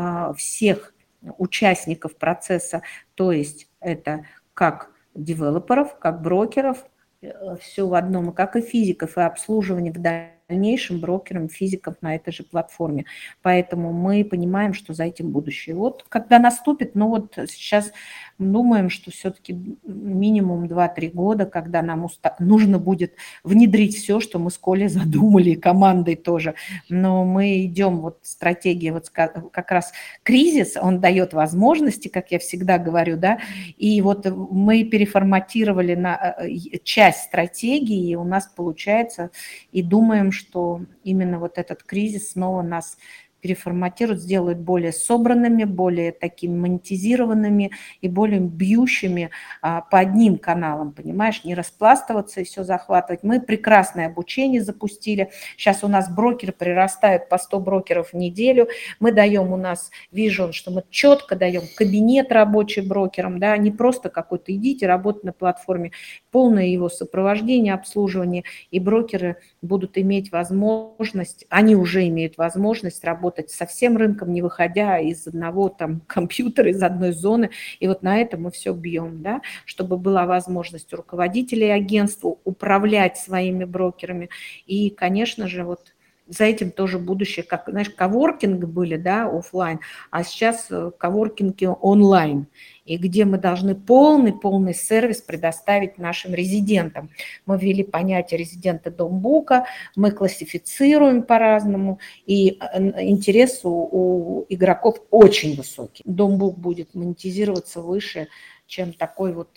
всех участников процесса, то есть это как девелоперов, как брокеров, все в одном, как и физиков, и обслуживание в дальнейшем брокерам физиков на этой же платформе. Поэтому мы понимаем, что за этим будущее. Вот когда наступит, ну вот сейчас думаем, что все-таки минимум два-три года, когда нам уста... нужно будет внедрить все, что мы с Колей задумали, и командой тоже. Но мы идем, вот стратегия, вот как раз кризис, он дает возможности, как я всегда говорю, да, и вот мы переформатировали на часть стратегии, и у нас получается, и думаем, что именно вот этот кризис снова нас переформатируют, сделают более собранными, более такими монетизированными и более бьющими а, по одним каналам, понимаешь, не распластываться и все захватывать. Мы прекрасное обучение запустили. Сейчас у нас брокеры прирастают по сто брокеров в неделю. Мы даем у нас вижен, что мы четко даем кабинет рабочий брокерам, да, не просто какой-то идите, работать на платформе, полное его сопровождение, обслуживание, и брокеры будут иметь возможность, они уже имеют возможность работать со всем рынком, не выходя из одного там компьютера, из одной зоны. И вот на это мы все бьем, да, чтобы была возможность у руководителей агентства управлять своими брокерами. И, конечно же, вот за этим тоже будущее, как, знаешь, коворкинг были, да, офлайн, а сейчас коворкинги онлайн, и где мы должны полный-полный сервис предоставить нашим резидентам. Мы ввели понятие резидента Домбука, мы классифицируем по-разному, и интерес у, у игроков очень высокий. Домбук будет монетизироваться выше, чем такой вот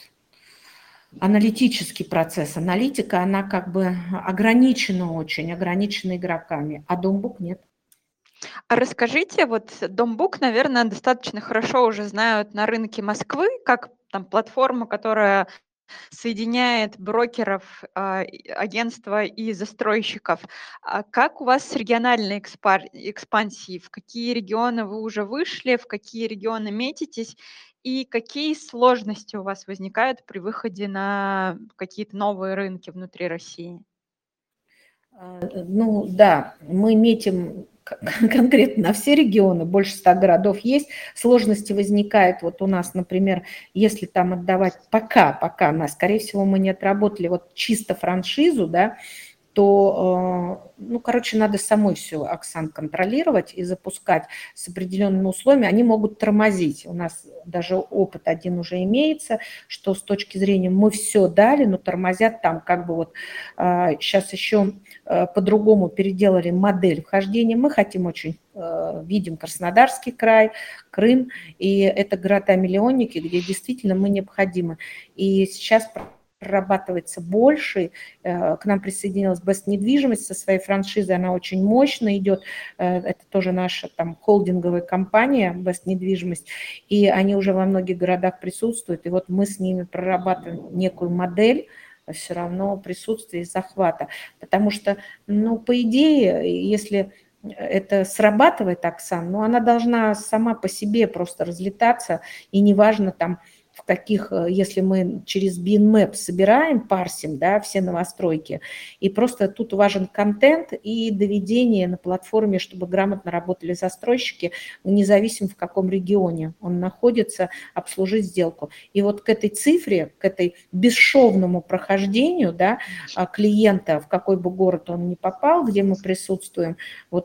аналитический процесс. Аналитика, она как бы ограничена очень, ограничена игроками, а Домбук нет. А расскажите, вот Домбук, наверное, достаточно хорошо уже знают на рынке Москвы, как там платформа, которая соединяет брокеров, а, агентства и застройщиков. А как у вас с региональной экспар... экспансией? В какие регионы вы уже вышли, в какие регионы метитесь? И какие сложности у вас возникают при выходе на какие-то новые рынки внутри России? Ну да, мы метим конкретно на все регионы, больше ста городов есть. Сложности возникают, вот у нас, например, если там отдавать пока, пока, на, скорее всего, мы не отработали вот чисто франшизу, да, то, ну, короче, надо самой все, Оксан, контролировать и запускать с определенными условиями. Они могут тормозить. У нас даже опыт один уже имеется, что с точки зрения мы все дали, но тормозят там как бы вот сейчас еще по-другому переделали модель вхождения. Мы хотим очень, видим Краснодарский край, Крым, и это города-миллионники, где действительно мы необходимы. И сейчас прорабатывается больше. К нам присоединилась Best недвижимость со своей франшизой, она очень мощно идет. Это тоже наша там холдинговая компания Best недвижимость, и они уже во многих городах присутствуют. И вот мы с ними прорабатываем некую модель все равно присутствия и захвата. Потому что, ну, по идее, если это срабатывает, Оксан, но она должна сама по себе просто разлетаться, и неважно там, в каких, если мы через би эн мэп собираем, парсим, да, все новостройки, и просто тут важен контент и доведение на платформе, чтобы грамотно работали застройщики, независимо в каком регионе он находится, обслужить сделку. И вот к этой цифре, к этой бесшовному прохождению, да, клиента, в какой бы город он ни попал, где мы присутствуем, вот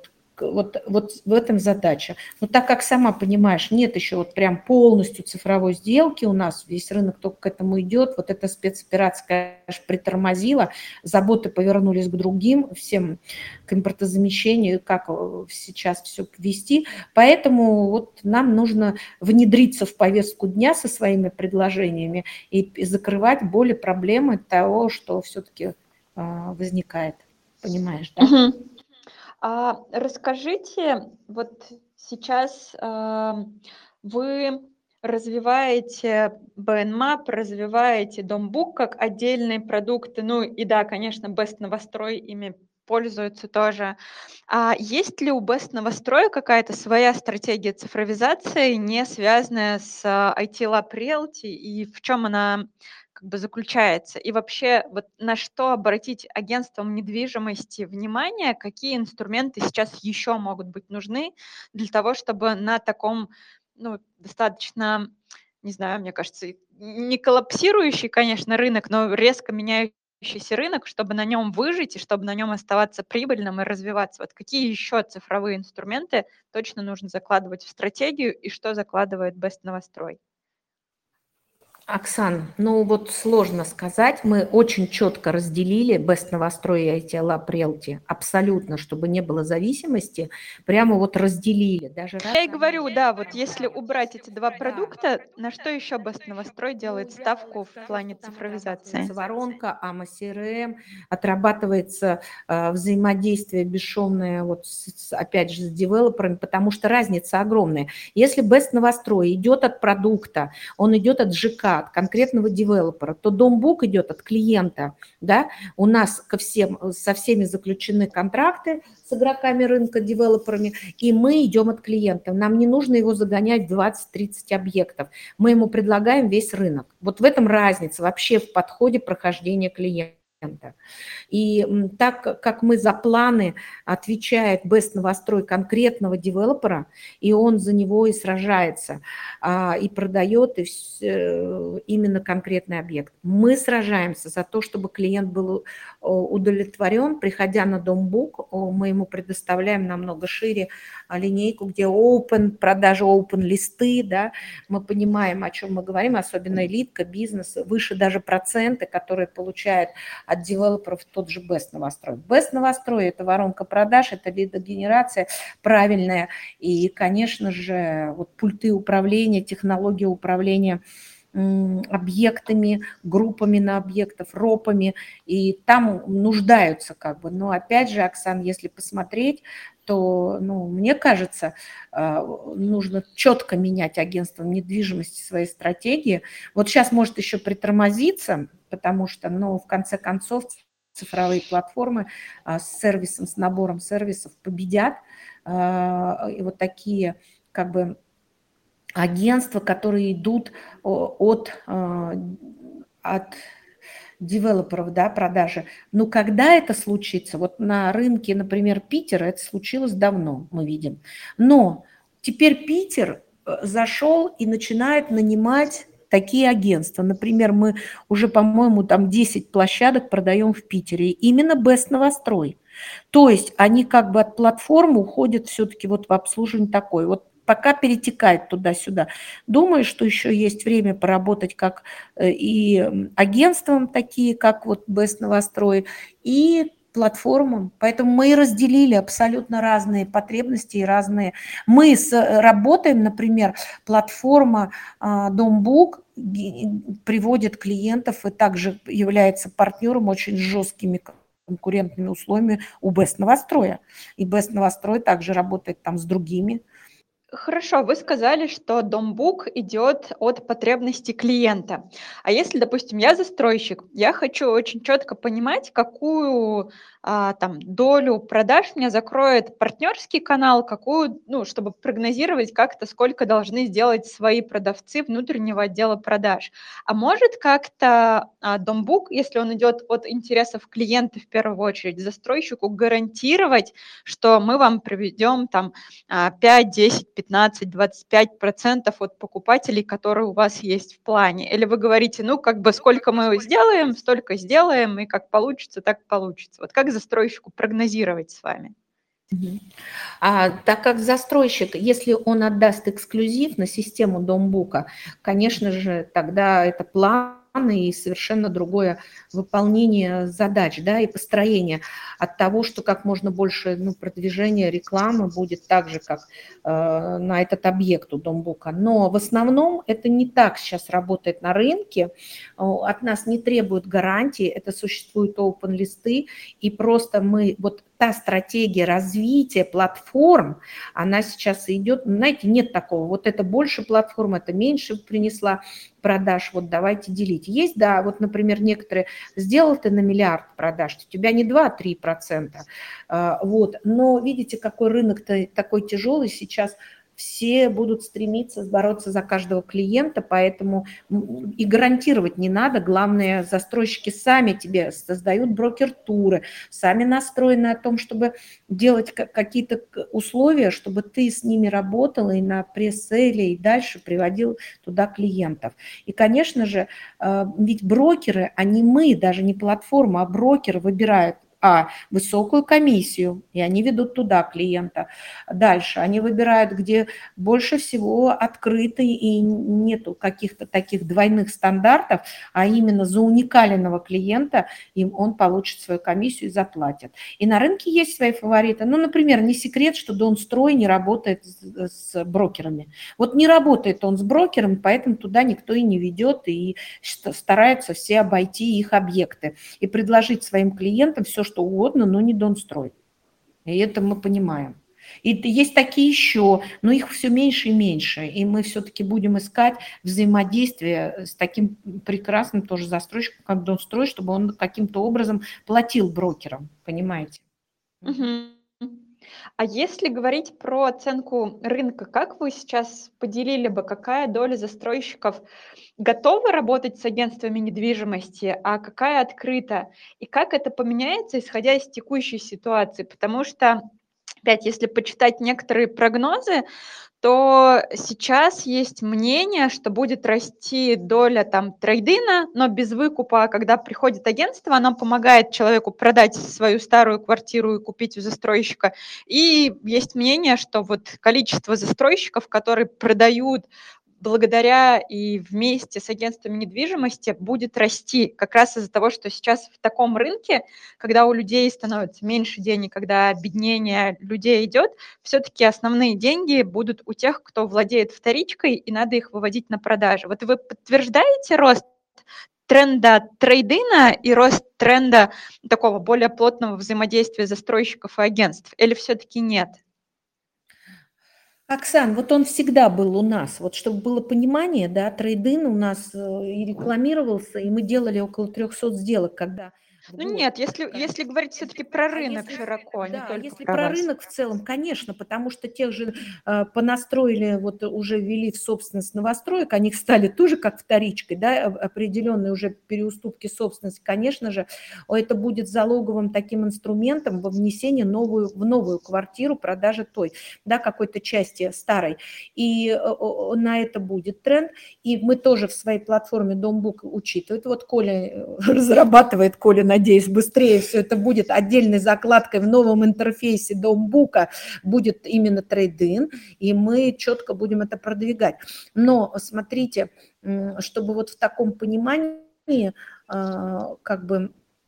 вот, вот в этом задача. Но так как, сама понимаешь, нет еще вот прям полностью цифровой сделки у нас, весь рынок только к этому идет, вот эта спецоперация, конечно, притормозила, заботы повернулись к другим, всем к импортозамещению, как сейчас все ввести. Поэтому вот нам нужно внедриться в повестку дня со своими предложениями и закрывать более проблемы того, что все-таки возникает. Понимаешь, да? Мгм. А расскажите, вот сейчас а, вы развиваете би эн мап, развиваете Домбук как отдельные продукты, ну и да, конечно, Best Новострой ими пользуются тоже. А есть ли у Best Новостроя какая-то своя стратегия цифровизации, не связанная с ай ти Lab Realty, и в чем она как бы заключается? И вообще, вот на что обратить агентствам недвижимости внимание, какие инструменты сейчас еще могут быть нужны для того, чтобы на таком, ну, достаточно, не знаю, мне кажется, не коллапсирующий, конечно, рынок, но резко меняющийся рынок, чтобы на нем выжить и чтобы на нем оставаться прибыльным и развиваться. Вот какие еще цифровые инструменты точно нужно закладывать в стратегию и что закладывает Best Новострой? Оксан, ну вот сложно сказать. Мы очень четко разделили Best Новострой и ай ти Lab Realty. Абсолютно, чтобы не было зависимости. Прямо вот разделили. Даже раз... Я и говорю, да, вот если убрать эти два продукта, на что еще Best Новострой делает ставку в плане цифровизации? Воронка, АМА си эр эм, отрабатывается э, взаимодействие бесшовное, вот с, опять же, с девелоперами, потому что разница огромная. Если Best Новострой идет от продукта, он идет от ЖК, от конкретного девелопера, то Домбук идет от клиента, да, у нас ко всем, со всеми заключены контракты с игроками рынка, девелоперами, и мы идем от клиента. Нам не нужно его загонять в двадцать-тридцать объектов, мы ему предлагаем весь рынок. Вот в этом разница вообще в подходе прохождения клиента. И так как мы за планы отвечает Best Новострой конкретного девелопера, и он за него и сражается, и продает и все, именно конкретный объект. Мы сражаемся за то, чтобы клиент был удовлетворен. Приходя на Домбук, мы ему предоставляем намного шире линейку, где open, продажа open листы, да, мы понимаем, о чем мы говорим, особенно элитка, бизнес, выше даже проценты, которые получает от девелоперов тот же Best Новострой. Best Новострой – это воронка продаж, это лидогенерация правильная, и, конечно же, вот пульты управления, технология управления объектами, группами на объектов, ропами, и там нуждаются как бы. Но опять же, Оксан, если посмотреть, то, ну, мне кажется, нужно четко менять агентством недвижимости свои стратегии. Вот сейчас может еще притормозиться, потому что, ну, в конце концов, цифровые платформы с сервисом, с набором сервисов победят. И вот такие как бы агентства, которые идут от, от девелоперов, да, продажи. Но когда это случится? Вот на рынке, например, Питера это случилось давно, мы видим. Но теперь Питер зашел и начинает нанимать такие агентства. Например, мы уже, по-моему, там десять площадок продаем в Питере. Именно Best Новострой. То есть они как бы от платформы уходят все-таки вот в обслуживание такое. Вот пока перетекает туда-сюда. Думаю, что еще есть время поработать как и агентством, такие как вот Best Новострой, и платформам. Поэтому мы и разделили абсолютно разные потребности и разные. Мы с, работаем, например, платформа Домбук приводит клиентов и также является партнером очень жесткими конкурентными условиями у Best Новостроя. И Best Новострой также работает там с другими. Хорошо, вы сказали, что Домбук идет от потребностей клиента. А если, допустим, я застройщик, я хочу очень четко понимать, какую а, там долю продаж мне закроет партнерский канал, какую, ну, чтобы прогнозировать как-то, сколько должны сделать свои продавцы внутреннего отдела продаж. А может как-то а, Домбук, если он идет от интересов клиента в первую очередь, застройщику гарантировать, что мы вам приведем там пять, десять, пятнадцать, двадцать пять процентов от покупателей, которые у вас есть в плане? Или вы говорите, ну, как бы сколько мы сделаем, столько сделаем, и как получится, так получится. Вот как застройщику прогнозировать с вами? Мгм. А так как застройщик, если он отдаст эксклюзив на систему Домбука, конечно же, тогда это планы и совершенно другое выполнение задач, да, и построение от того, что как можно больше, ну, продвижения рекламы будет так же, как э, на этот объект у Домбука. Но в основном это не так сейчас работает на рынке. О, От нас не требуют гарантии, это существуют open-листы, и просто мы, вот та стратегия развития платформ, она сейчас идет, знаете, нет такого, вот это больше платформ, это меньше принесла продаж, вот давайте делить. Есть, да, вот, например, некоторые, сделал ты на миллиард продаж, у тебя не два-три процента, вот, но видите, какой рынок-то такой тяжелый сейчас, все будут стремиться бороться за каждого клиента, поэтому и гарантировать не надо. Главное, застройщики сами тебе создают брокер-туры, сами настроены о том, чтобы делать какие-то условия, чтобы ты с ними работал и на пресс-сейле, и дальше приводил туда клиентов. И, конечно же, ведь брокеры, они мы, даже не платформа, а брокеры выбирают а, высокую комиссию, и они ведут туда клиента. Дальше они выбирают, где больше всего открытый и нету каких-то таких двойных стандартов, а именно за уникального клиента им он получит свою комиссию и заплатит. И на рынке есть свои фавориты. Ну, например, не секрет, что Донстрой не работает с, с брокерами. Вот не работает он с брокером, поэтому туда никто и не ведет, и стараются все обойти их объекты и предложить своим клиентам все, что угодно, но не Донстрой. И это мы понимаем. И есть такие еще, но их все меньше и меньше. И мы все-таки будем искать взаимодействие с таким прекрасным тоже застройщиком, как Донстрой, чтобы он каким-то образом платил брокерам, понимаете? Мгм. А если говорить про оценку рынка, как вы сейчас поделили бы, какая доля застройщиков готова работать с агентствами недвижимости, а какая открыта? И как это поменяется, исходя из текущей ситуации? Потому что, опять, если почитать некоторые прогнозы, то сейчас есть мнение, что будет расти доля там трейдина, но без выкупа. А когда приходит агентство, оно помогает человеку продать свою старую квартиру и купить у застройщика. И есть мнение, что вот количество застройщиков, которые продают благодаря и вместе с агентствами недвижимости, будет расти как раз из-за того, что сейчас в таком рынке, когда у людей становится меньше денег, когда обеднение людей идет, все-таки основные деньги будут у тех, кто владеет вторичкой, и надо их выводить на продажу. Вот вы подтверждаете рост тренда трейдина и рост тренда такого более плотного взаимодействия застройщиков и агентств, или все-таки нет? Оксан, вот он всегда был у нас, вот чтобы было понимание, да, трейдин у нас и рекламировался, и мы делали около трехсот сделок, когда в Ну год. нет, если, если говорить все-таки про А рынок если, широко, а не да, только если про про вас. рынок в целом, конечно, потому что тех же э, понастроили, вот уже ввели в собственность новостроек, они стали тоже как вторичкой, да, определенные уже переуступки собственности, конечно же, это будет залоговым таким инструментом во внесении новую, в новую квартиру, продажи той, да, какой-то части старой. И э, на это будет тренд. И мы тоже в своей платформе Домбук учитываем. Вот Коля разрабатывает, Коля, надеюсь, быстрее все это будет отдельной закладкой в новом интерфейсе Домбука, будет именно трейд-ин, и мы четко будем это продвигать. Но смотрите, чтобы вот в таком понимании как бы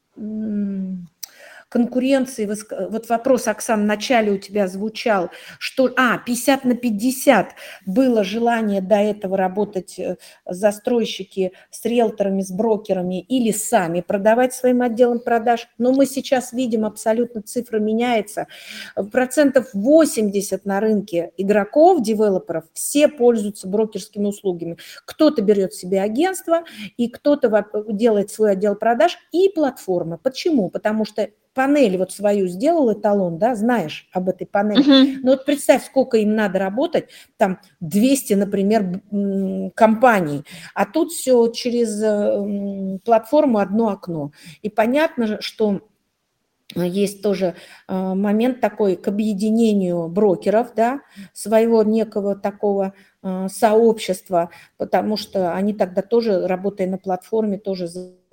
конкуренции, вот вопрос, Оксан, в начале у тебя звучал, что, а, пятьдесят на пятьдесят было желание до этого работать застройщики с риэлторами, с брокерами или сами продавать своим отделом продаж, но мы сейчас видим, абсолютно цифра меняется, процентов восемьдесят на рынке игроков, девелоперов, все пользуются брокерскими услугами. Кто-то берет себе агентство, и кто-то делает свой отдел продаж и платформы. Почему? Потому что панель вот свою сделал эталон, да, знаешь об этой панели. Uh-huh. Но вот представь, сколько им надо работать, там двести, например, компаний, а тут все через платформу одно окно. И понятно, что есть тоже момент такой к объединению брокеров, да, своего некого такого сообщества, потому что они тогда тоже, работая на платформе, тоже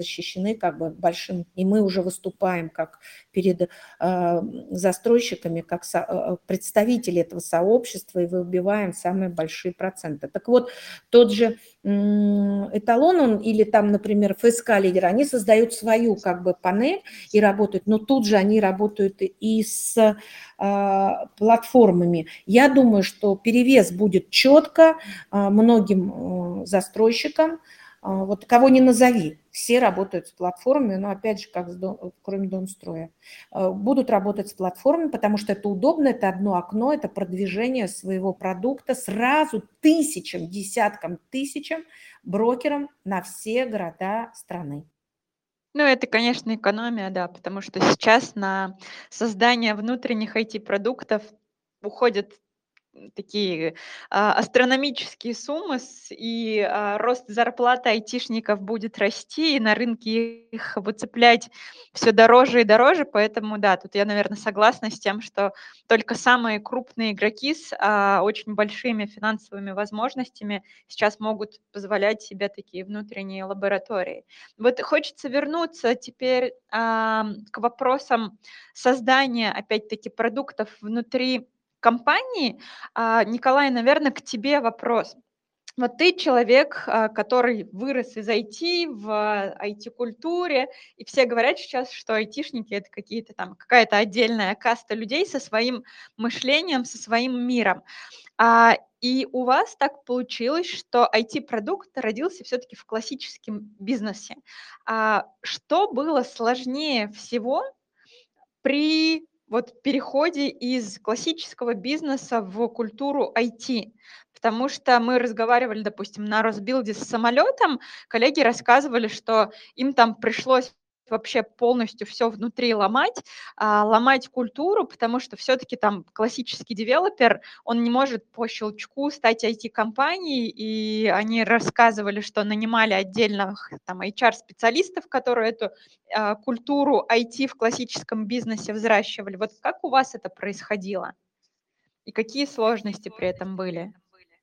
защищены как бы большим, и мы уже выступаем как перед э, застройщиками, как со, э, представители этого сообщества, и выбиваем самые большие проценты. Так вот, тот же э, Эталон, он, или там, например, ФСК-лидер, они создают свою как бы панель и работают, но тут же они работают и с э, платформами. Я думаю, что перевес будет четко э, многим э, застройщикам. Вот кого не назови, все работают с платформами, но опять же, как с дом, кроме Донстроя. Будут работать с платформами, потому что это удобно, это одно окно, это продвижение своего продукта сразу тысячам, десяткам, тысячам брокерам на все города страны. Ну, это, конечно, экономия, да, потому что сейчас на создание внутренних ай ти-продуктов уходят такие а, астрономические суммы, с- и а, рост зарплаты айтишников будет расти, и на рынке их выцеплять все дороже и дороже, поэтому да, тут я, наверное, согласна с тем, что только самые крупные игроки с а, очень большими финансовыми возможностями сейчас могут позволять себе такие внутренние лаборатории. Вот хочется вернуться теперь а, к вопросам создания, опять-таки, продуктов внутри компании. А, Николай, наверное, к тебе вопрос. Вот ты человек, а, который вырос из ай ти, в ай ти-культуре, и все говорят сейчас, что айтишники– это какие-то там, какая-то отдельная каста людей со своим мышлением, со своим миром. А, и у вас так получилось, что ай ти-продукт родился все-таки в классическом бизнесе. А, что было сложнее всего при вот переходе из классического бизнеса в культуру ай ти? Потому что мы разговаривали, допустим, на Росбилде с самолетом, коллеги рассказывали, что им там пришлось вообще полностью все внутри ломать, а, ломать культуру, потому что все-таки там классический девелопер, он не может по щелчку стать ай ти-компанией, и они рассказывали, что нанимали отдельных там эйч ар-специалистов, которые эту а, культуру ай ти в классическом бизнесе взращивали. Вот как у вас это происходило? И какие сложности при этом были?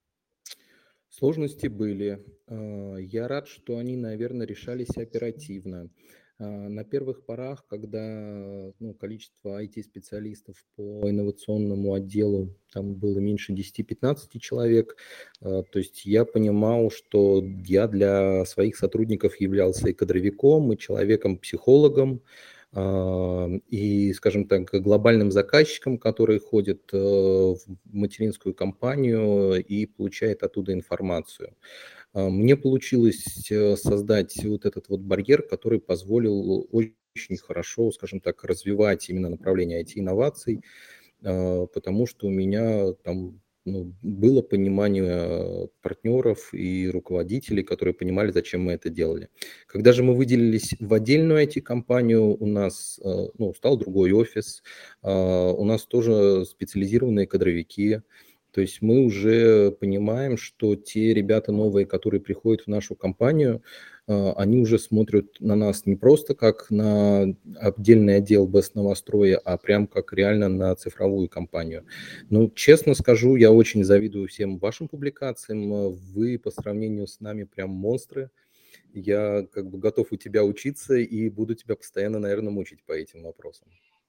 Сложности были. А, Я рад, что они, наверное, решались оперативно. А, На первых порах, когда ну, количество ай ти-специалистов по инновационному отделу там было меньше десяти-пятнадцати человек, а, то есть я понимал, что я для своих сотрудников являлся и кадровиком, и человеком-психологом, а, и, скажем так, глобальным заказчиком, который ходит э, в материнскую компанию и получает оттуда информацию. А, Мне получилось э, создать вот этот вот барьер, который позволил очень хорошо, скажем так, развивать именно направление ай ти-инноваций, а, потому что у меня там ну, было понимание партнеров и руководителей, которые понимали, зачем мы это делали. Когда же мы выделились в отдельную ай ти-компанию, у нас э, ну, стал другой офис, а, у нас тоже специализированные кадровики. То есть мы уже понимаем, что те ребята новые, которые приходят в нашу компанию, а, они уже смотрят на нас не просто как на отдельный отдел Бест-новостроя, а прям как реально на цифровую компанию. Ну, честно скажу, я очень завидую всем вашим публикациям. Вы по сравнению с нами прям монстры. Я как бы готов у тебя учиться и буду тебя постоянно, наверное, мучить по этим вопросам.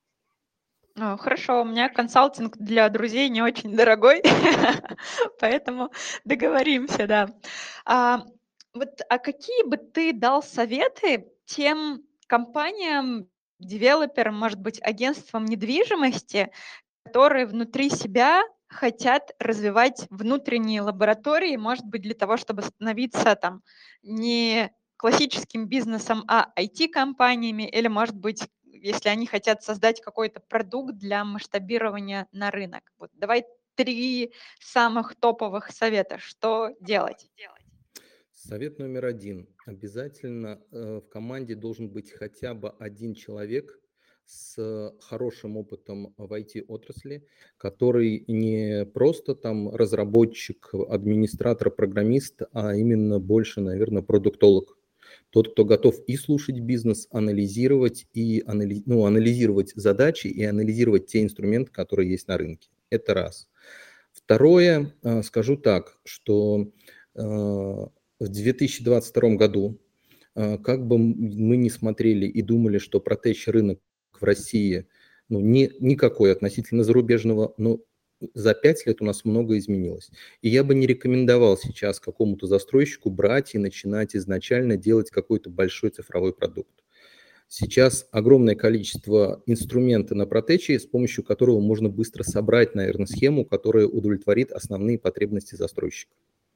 Ну, хорошо, у меня консалтинг для друзей не очень дорогой, поэтому договоримся, да. А, вот, а какие бы ты дал советы тем компаниям, девелоперам, может быть, агентствам недвижимости, которые внутри себя хотят развивать внутренние лаборатории, может быть, для того, чтобы становиться там не классическим бизнесом, а ай ти-компаниями, или, может быть, если они хотят создать какой-то продукт для масштабирования на рынок. Вот давай три самых топовых совета, что делать. Совет номер один. Обязательно э, в команде должен быть хотя бы один человек с хорошим опытом в ай ти-отрасли, который не просто там разработчик, администратор, программист, а именно больше, наверное, продуктолог. Тот, кто готов и слушать бизнес, анализировать, и анали- ну, анализировать задачи и анализировать те инструменты, которые есть на рынке. Это раз. Второе, э, скажу так, что э, в две тысячи двадцать втором году Как бы мы ни смотрели и думали, что протеч рынок в России ну, не, никакой относительно зарубежного, но за пять лет у нас многое изменилось. И я бы не рекомендовал сейчас какому-то застройщику брать и начинать изначально делать какой-то большой цифровой продукт. Сейчас огромное количество инструментов на протече, с помощью которого можно быстро собрать, наверное, схему, которая удовлетворит основные потребности застройщика.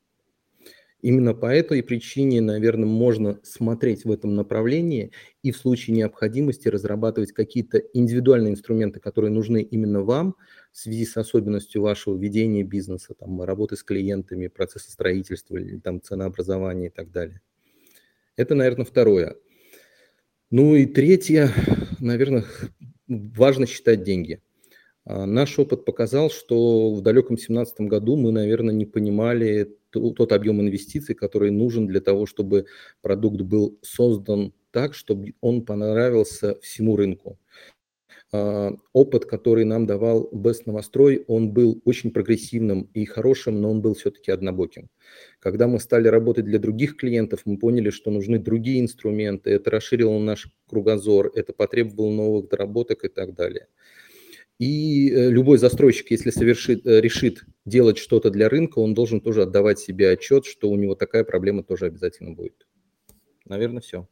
Именно по этой причине, наверное, можно смотреть в этом направлении и в случае необходимости разрабатывать какие-то индивидуальные инструменты, которые нужны именно вам в связи с особенностью вашего ведения бизнеса, там, работы с клиентами, процесса строительства, или, там, ценообразования и так далее. Это, наверное, второе. Ну и третье, наверное, важно считать деньги. Наш опыт показал, что в далеком две тысячи семнадцатом году мы, наверное, не понимали тот объем инвестиций, который нужен для того, чтобы продукт был создан так, чтобы он понравился всему рынку. Опыт, который нам давал Best Новострой, он был очень прогрессивным и хорошим, но он был все-таки однобоким. Когда мы стали работать для других клиентов, мы поняли, что нужны другие инструменты, это расширило наш кругозор, это потребовало новых доработок и так далее. И любой застройщик, если совершит, решит делать что-то для рынка, он должен тоже отдавать себе отчет, что у него такая проблема тоже обязательно будет. Наверное, все.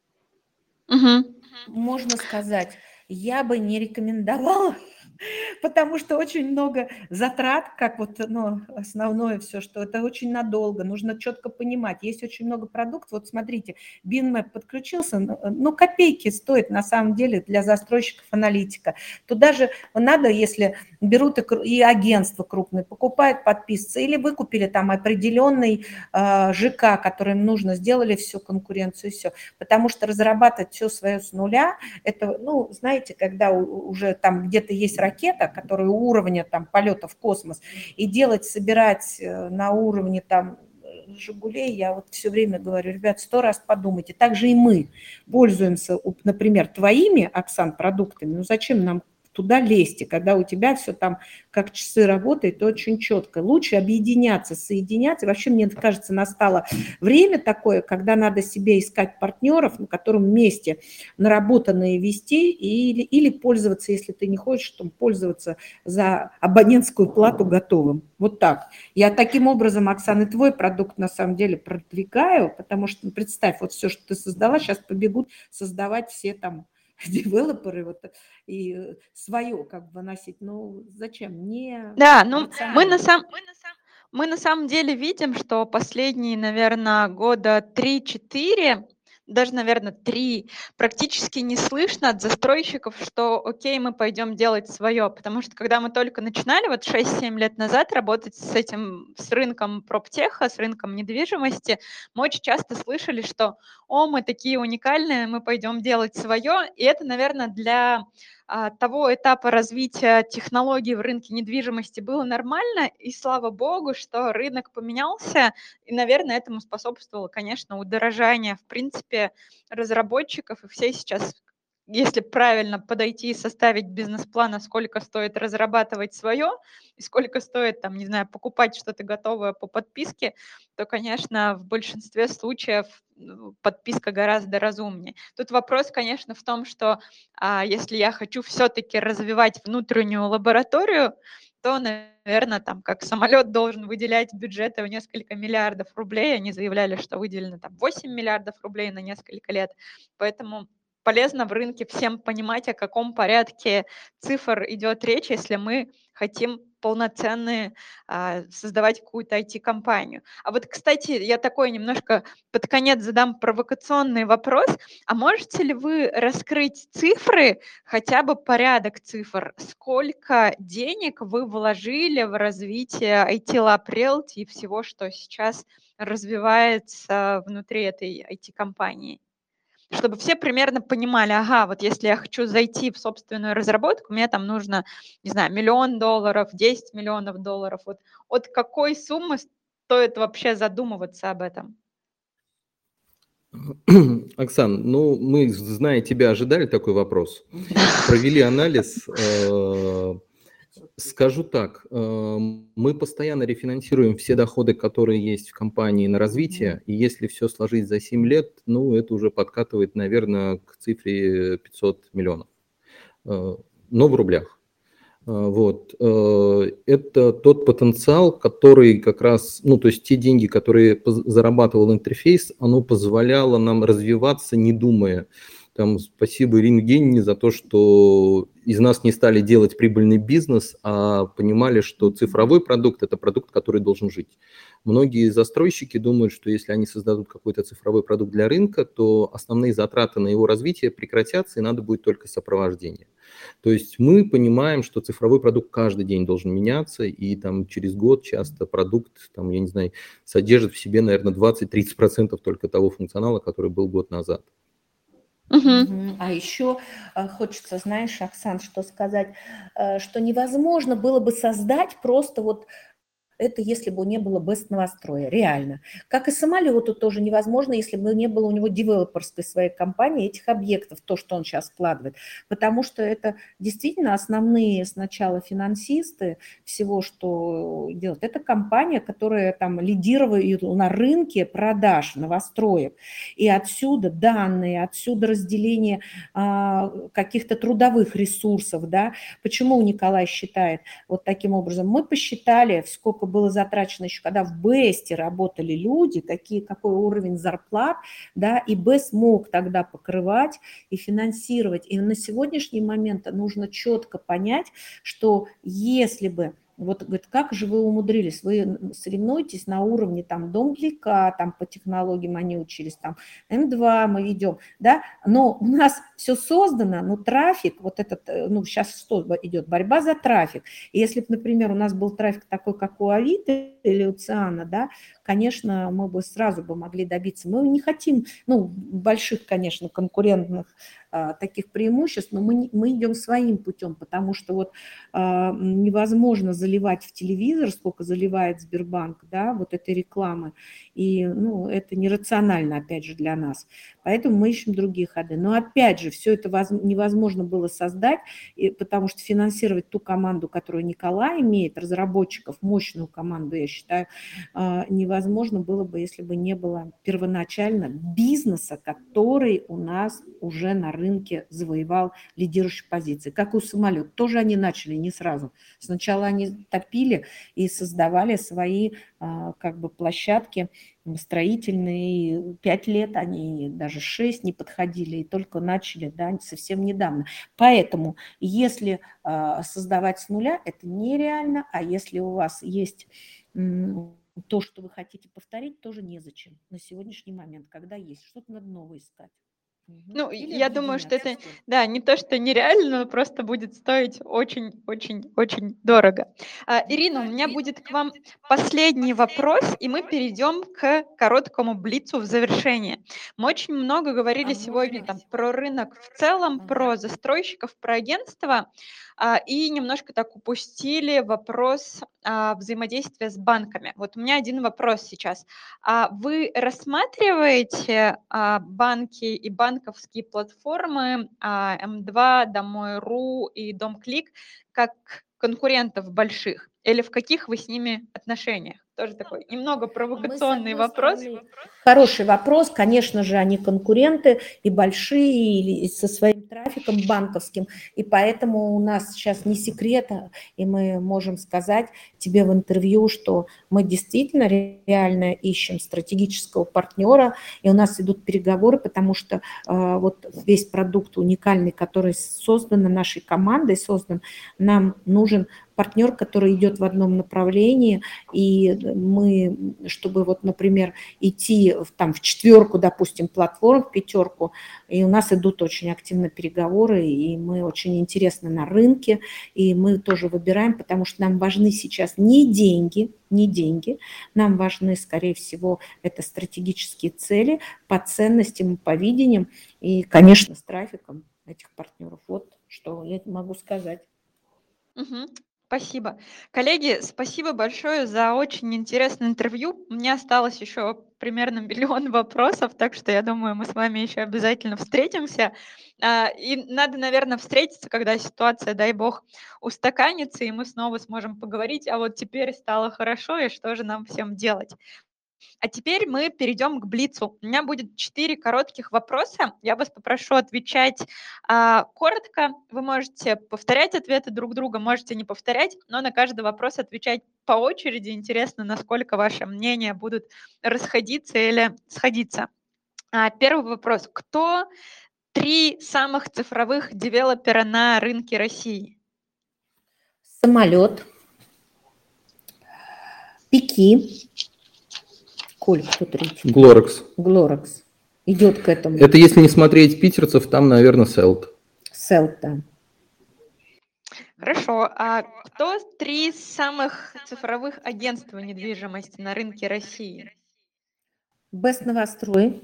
Угу. Можно сказать, я бы не рекомендовала, потому что очень много затрат, как вот ну, основное все, что это очень надолго, нужно четко понимать. Есть очень много продуктов. Вот смотрите, BinMap подключился, ну копейки стоит на самом деле для застройщиков аналитика. Туда же надо, если берут и, и агентство крупное, покупают, подписываются, или вы купили там определенный э, ЖК, которым нужно, сделали всю конкуренцию и все. Потому что разрабатывать все свое с нуля, это, ну, знаете, когда уже там где-то есть ракета, которая уровня там полета в космос, и делать, собирать на уровне там «Жигулей», я вот все время говорю, ребят, сто раз подумайте. Так же и мы пользуемся, например, твоими, Оксан, продуктами. Ну зачем нам туда лезть, и когда у тебя все там как часы работает, то очень четко. Лучше объединяться, соединяться. Вообще, мне кажется, настало время такое, когда надо себе искать партнеров, на котором вместе наработанные вести, или, или пользоваться, если ты не хочешь, там, пользоваться за абонентскую плату готовым. Вот так. Я таким образом, Оксана, твой продукт на самом деле продвигаю, потому что, ну, представь, вот все, что ты создала, сейчас побегут создавать все там девелоперы вот, и свое как бы носить. Ну, зачем? Не Да, ну мы на, рационально. сам, мы, на сам, мы на самом деле видим, что последние, наверное, года три-четыре, даже, наверное, три, практически не слышно от застройщиков, что окей, мы пойдем делать свое. Потому что когда мы только начинали, вот шесть-семь лет назад, работать с этим, с рынком проптеха, с рынком недвижимости, мы очень часто слышали, что о, мы такие уникальные, мы пойдем делать свое. И это, наверное, для а, того этапа развития технологий в рынке недвижимости было нормально. И слава богу, что рынок поменялся. И, наверное, этому способствовало, конечно, удорожание, в принципе, разработчиков. И все сейчас, если правильно подойти и составить бизнес-план, сколько стоит разрабатывать свое, и сколько стоит, там, не знаю, покупать что-то готовое по подписке, то, конечно, в большинстве случаев подписка гораздо разумнее. Тут вопрос, конечно, в том, что а, если я хочу все-таки развивать внутреннюю лабораторию, то, наверное, там, как самолет должен выделять бюджеты в несколько миллиардов рублей. Они заявляли, что выделено там восемь миллиардов рублей на несколько лет. Поэтому полезно в рынке всем понимать, о каком порядке цифр идет речь, если мы хотим полноценные а, создавать какую-то ай ти-компанию. А вот, кстати, я такой немножко под конец задам провокационный вопрос. А можете ли вы раскрыть цифры, хотя бы порядок цифр? Сколько денег вы вложили в развитие ай ти-Lab Realty и всего, что сейчас развивается внутри этой ай ти-компании? Чтобы все примерно понимали, ага, вот если я хочу зайти в собственную разработку, мне там нужно, не знаю, миллион долларов, десять миллионов долларов. Вот от какой суммы стоит вообще задумываться об этом? Оксан, ну мы, зная тебя, ожидали такой вопрос. Провели анализ, э, Скажу так, э, мы постоянно рефинансируем все доходы, которые есть в компании на развитие, и если все сложить за семь лет, ну, это уже подкатывает, наверное, к цифре пятьсот миллионов, э, но в рублях. Э, Вот. э, Это тот потенциал, который как раз, ну, то есть те деньги, которые поз- зарабатывал интерфейс, оно позволяло нам развиваться, не думая. Там, спасибо Ирине Евгеньевне за то, что из нас не стали делать прибыльный бизнес, а понимали, что цифровой продукт – это продукт, который должен жить. Многие застройщики думают, что если они создадут какой-то цифровой продукт для рынка, то основные затраты на его развитие прекратятся, и надо будет только сопровождение. То есть мы понимаем, что цифровой продукт каждый день должен меняться, и там через год часто продукт, там, я не знаю, содержит в себе, наверное, двадцать-тридцать процентов только того функционала, который был год назад. Угу. Мгм. А еще э, хочется, знаешь, Оксан, что сказать, э, что невозможно было бы создать просто вот это если бы не было Best новостроя, реально. Как и самолету тоже невозможно, если бы не было у него девелоперской своей компании этих объектов, то, что он сейчас вкладывает. Потому что это действительно основные сначала финансисты всего, что делают. Это компания, которая там лидирует на рынке продаж новостроек. И отсюда данные, отсюда разделение а, каких-то трудовых ресурсов. Да? Почему Николай считает вот таким образом? Мы посчитали, сколько было затрачено еще, когда в Бесте работали люди, какие, какой уровень зарплат, да, и Бест мог тогда покрывать и финансировать. И на сегодняшний момент нужно четко понять, что если бы вот, говорит, как же вы умудрились? Вы соревнуетесь на уровне там Домглика, там по технологиям они учились, там эм два мы ведем, да, но у нас все создано, но трафик, вот этот, ну, сейчас что идет? Борьба за трафик. И если бы, например, у нас был трафик такой, как у Авито или у Циана, да, конечно, мы бы сразу бы могли добиться. Мы не хотим, ну, больших, конечно, конкурентных а, таких преимуществ, но мы, мы идем своим путем, потому что вот а, невозможно заливать в телевизор, сколько заливает Сбербанк, да, вот этой рекламы, и, ну, это нерационально, опять же, для нас. Поэтому мы ищем другие ходы. Но, опять же, все это воз, невозможно было создать, и, потому что финансировать ту команду, которую Николай имеет, разработчиков, мощную команду, я считаю, а, невозможно было бы, если бы не было первоначально бизнеса, который у нас уже на рынке завоевал лидирующие позиции. Как и у самолета. Тоже они начали не сразу. Сначала они топили и создавали свои а, как бы площадки строительные. Пять лет они, даже шесть не подходили, и только начали, да, совсем недавно. Поэтому если а, создавать с нуля, это нереально, а если у вас есть то, что вы хотите повторить, тоже незачем на сегодняшний момент, когда есть. Что-то надо новое искать. Ну, Или я думаю, что это, объединяться. да, не то, что нереально, но просто будет стоить очень-очень-очень дорого. А, Ирина, у меня будет к вам последний вопрос, и мы перейдем к короткому блицу в завершение. Мы очень много говорили А сегодня можно- там про рынок в целом, Ага. про застройщиков, про агентства, а, и немножко так упустили вопрос а, взаимодействия с банками. Вот у меня один вопрос сейчас. А вы рассматриваете а, банки и банковские платформы а, эм два, Домой.ру и Домклик как конкурентов больших? Или в каких вы с ними отношениях? Тоже такой немного провокационный вопрос. Хороший вопрос. Конечно же, они конкуренты и большие, и со своим трафиком банковским. И поэтому у нас сейчас не секрет, и мы можем сказать тебе в интервью, что мы действительно реально ищем стратегического партнера, и у нас идут переговоры, потому что э, вот весь продукт уникальный, который создан нашей командой, создан, нам нужен партнер, который идет в одном направлении, и мы, чтобы вот, например, идти в, там, в четверку, допустим, платформ, в пятерку, и у нас идут очень активно переговоры, и мы очень интересны на рынке, и мы тоже выбираем, потому что нам важны сейчас не деньги, не деньги, нам важны, скорее всего, это стратегические цели по ценностям, по видениям, и, конечно, с трафиком этих партнеров. Вот что я могу сказать. Угу. Спасибо. Коллеги, спасибо большое за очень интересное интервью. У меня осталось еще примерно миллион вопросов, так что я думаю, мы с вами еще обязательно встретимся. А, И надо, наверное, встретиться, когда ситуация, дай бог, устаканится, и мы снова сможем поговорить, а вот теперь стало хорошо, и что же нам всем делать. А теперь мы перейдем к блицу. У меня будет четыре коротких вопроса. Я вас попрошу отвечать а, коротко. Вы можете повторять ответы друг друга, можете не повторять, но на каждый вопрос отвечать по очереди. Интересно, насколько ваши мнения будут расходиться или сходиться. А, первый вопрос. Кто три самых цифровых девелопера на рынке России? Самолет, Пики. Коль, кто третий? Глорекс. Глорекс. Идет к этому. Это если не смотреть питерцев, там, наверное, Селт. Селт, да. Хорошо. А кто три самых цифровых агентства недвижимости на рынке России? Бест Новострой.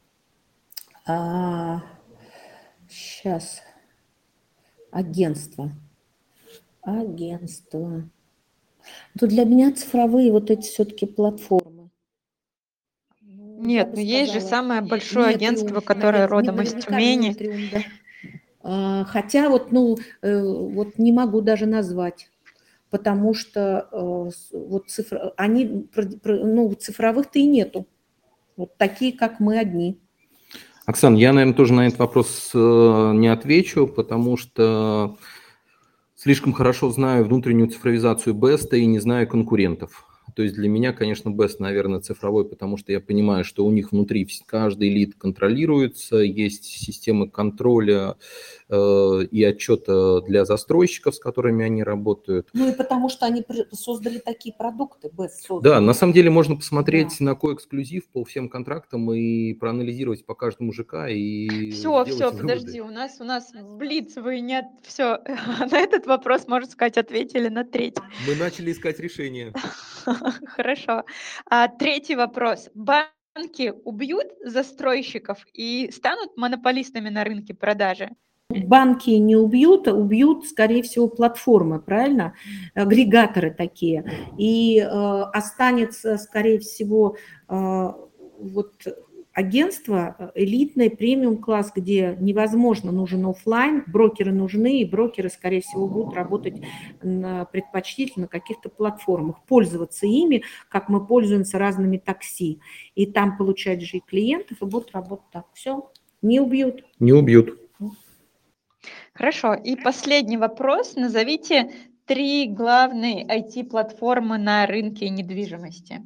А, сейчас. Агентство. Агентство. То для меня цифровые вот эти все-таки платформы. Ну, я Нет, бы но есть же сказала, самое большое нет, агентство, Триумф, которое наверное, родом из наверняка Тюмени. нет, Триумф, да. А, хотя вот, ну, э, вот не могу даже назвать, потому что э, с- вот цифр, они, про- про- ну, цифровых-то и нету. Вот такие, как мы одни. Оксан, я, наверное, тоже на этот вопрос э, не отвечу, потому что слишком хорошо знаю внутреннюю цифровизацию Беста и не знаю конкурентов. То есть для меня, конечно, Best, наверное, цифровой, потому что я понимаю, что у них внутри вс- каждый лид контролируется, есть системы контроля э, и отчета для застройщиков, с которыми они работают. Ну и потому что они при- создали такие продукты, Best создал. Да, на самом деле можно посмотреть на коэксклюзив по всем контрактам и проанализировать по каждому ЖК и Все, сделать все, выводы. подожди, у нас у нас блиц, вы нет, все. На этот вопрос, можно сказать, ответили на третий. Мы начали искать решение. Хорошо. А, третий вопрос. Банки убьют застройщиков и станут монополистами на рынке продажи? Банки не убьют, а убьют, скорее всего, платформы, правильно? Агрегаторы такие. И э, останется, скорее всего, э, вот агентство элитный премиум-класс, где невозможно, нужен офлайн, брокеры нужны, и брокеры, скорее всего, будут работать на, предпочтительно на каких-то платформах, пользоваться ими, как мы пользуемся разными такси, и там получать же и клиентов, и будут работать так. Все, не убьют. Не убьют. Хорошо. И последний вопрос. Назовите три главные ай ти-платформы на рынке недвижимости.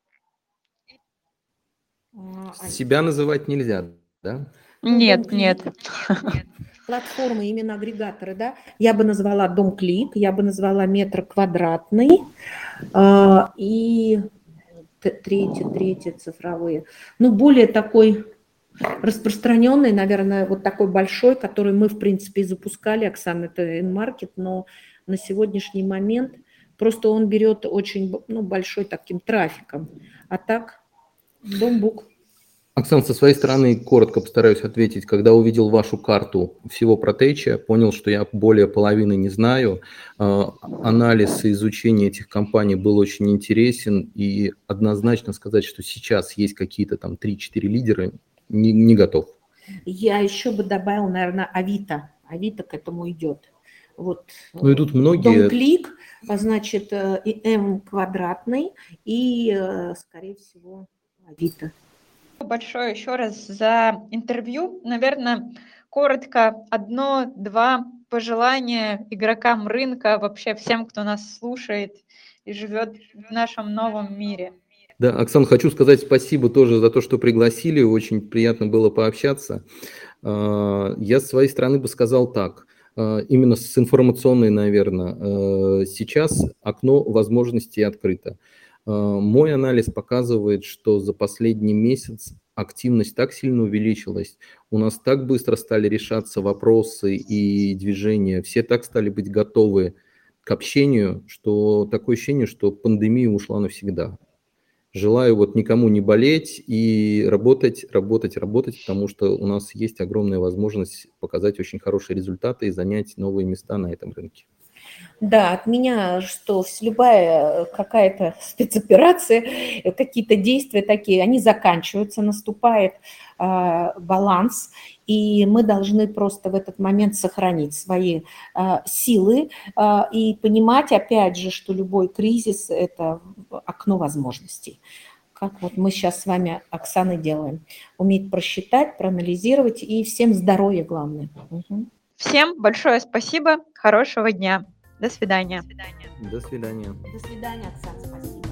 Себя называть нельзя, да? Нет, Дом нет. Платформы, именно агрегаторы, да, я бы назвала Дом Клик, я бы назвала Метр Квадратный, а, и т- третье, третье цифровые. Ну, более такой распространенный, наверное, вот такой большой, который мы, в принципе, и запускали, Оксана, это InMarket, но на сегодняшний момент просто он берет очень, ну, большой таким трафиком. А так, Домбук. Оксана, со своей стороны коротко постараюсь ответить. Когда увидел вашу карту всего Протеча, понял, что я более половины не знаю. А, Анализ и изучение этих компаний был очень интересен, и однозначно сказать, что сейчас есть какие-то там три-четыре лидера, не, не готов. Я еще бы добавила, наверное, Авито. Авито к этому идет. Вот. Ну, идут многие. Дом Клик, значит, и М квадратный, и, скорее всего, Авито. Большое еще раз за интервью. Наверное, коротко одно-два пожелания игрокам рынка, вообще всем, кто нас слушает и живет в нашем новом мире. Да, Оксана, хочу сказать спасибо тоже за то, что пригласили. Очень приятно было пообщаться. Я с своей стороны бы сказал так. Именно с информационной, наверное, сейчас окно возможностей открыто. Мой анализ показывает, что за последний месяц активность так сильно увеличилась, у нас так быстро стали решаться вопросы и движения, все так стали быть готовы к общению, что такое ощущение, что пандемия ушла навсегда. Желаю вот никому не болеть и работать, работать, работать, потому что у нас есть огромная возможность показать очень хорошие результаты и занять новые места на этом рынке. Да, от меня, что любая какая-то спецоперация, какие-то действия такие, они заканчиваются, наступает э, баланс, и мы должны просто в этот момент сохранить свои э, силы э, и понимать, опять же, что любой кризис – это окно возможностей. Как вот мы сейчас с вами, Оксана, делаем. Уметь просчитать, проанализировать, и всем здоровья главное. Угу. Всем большое спасибо, хорошего дня. До свидания. До свидания. До свидания, Оксана, спасибо.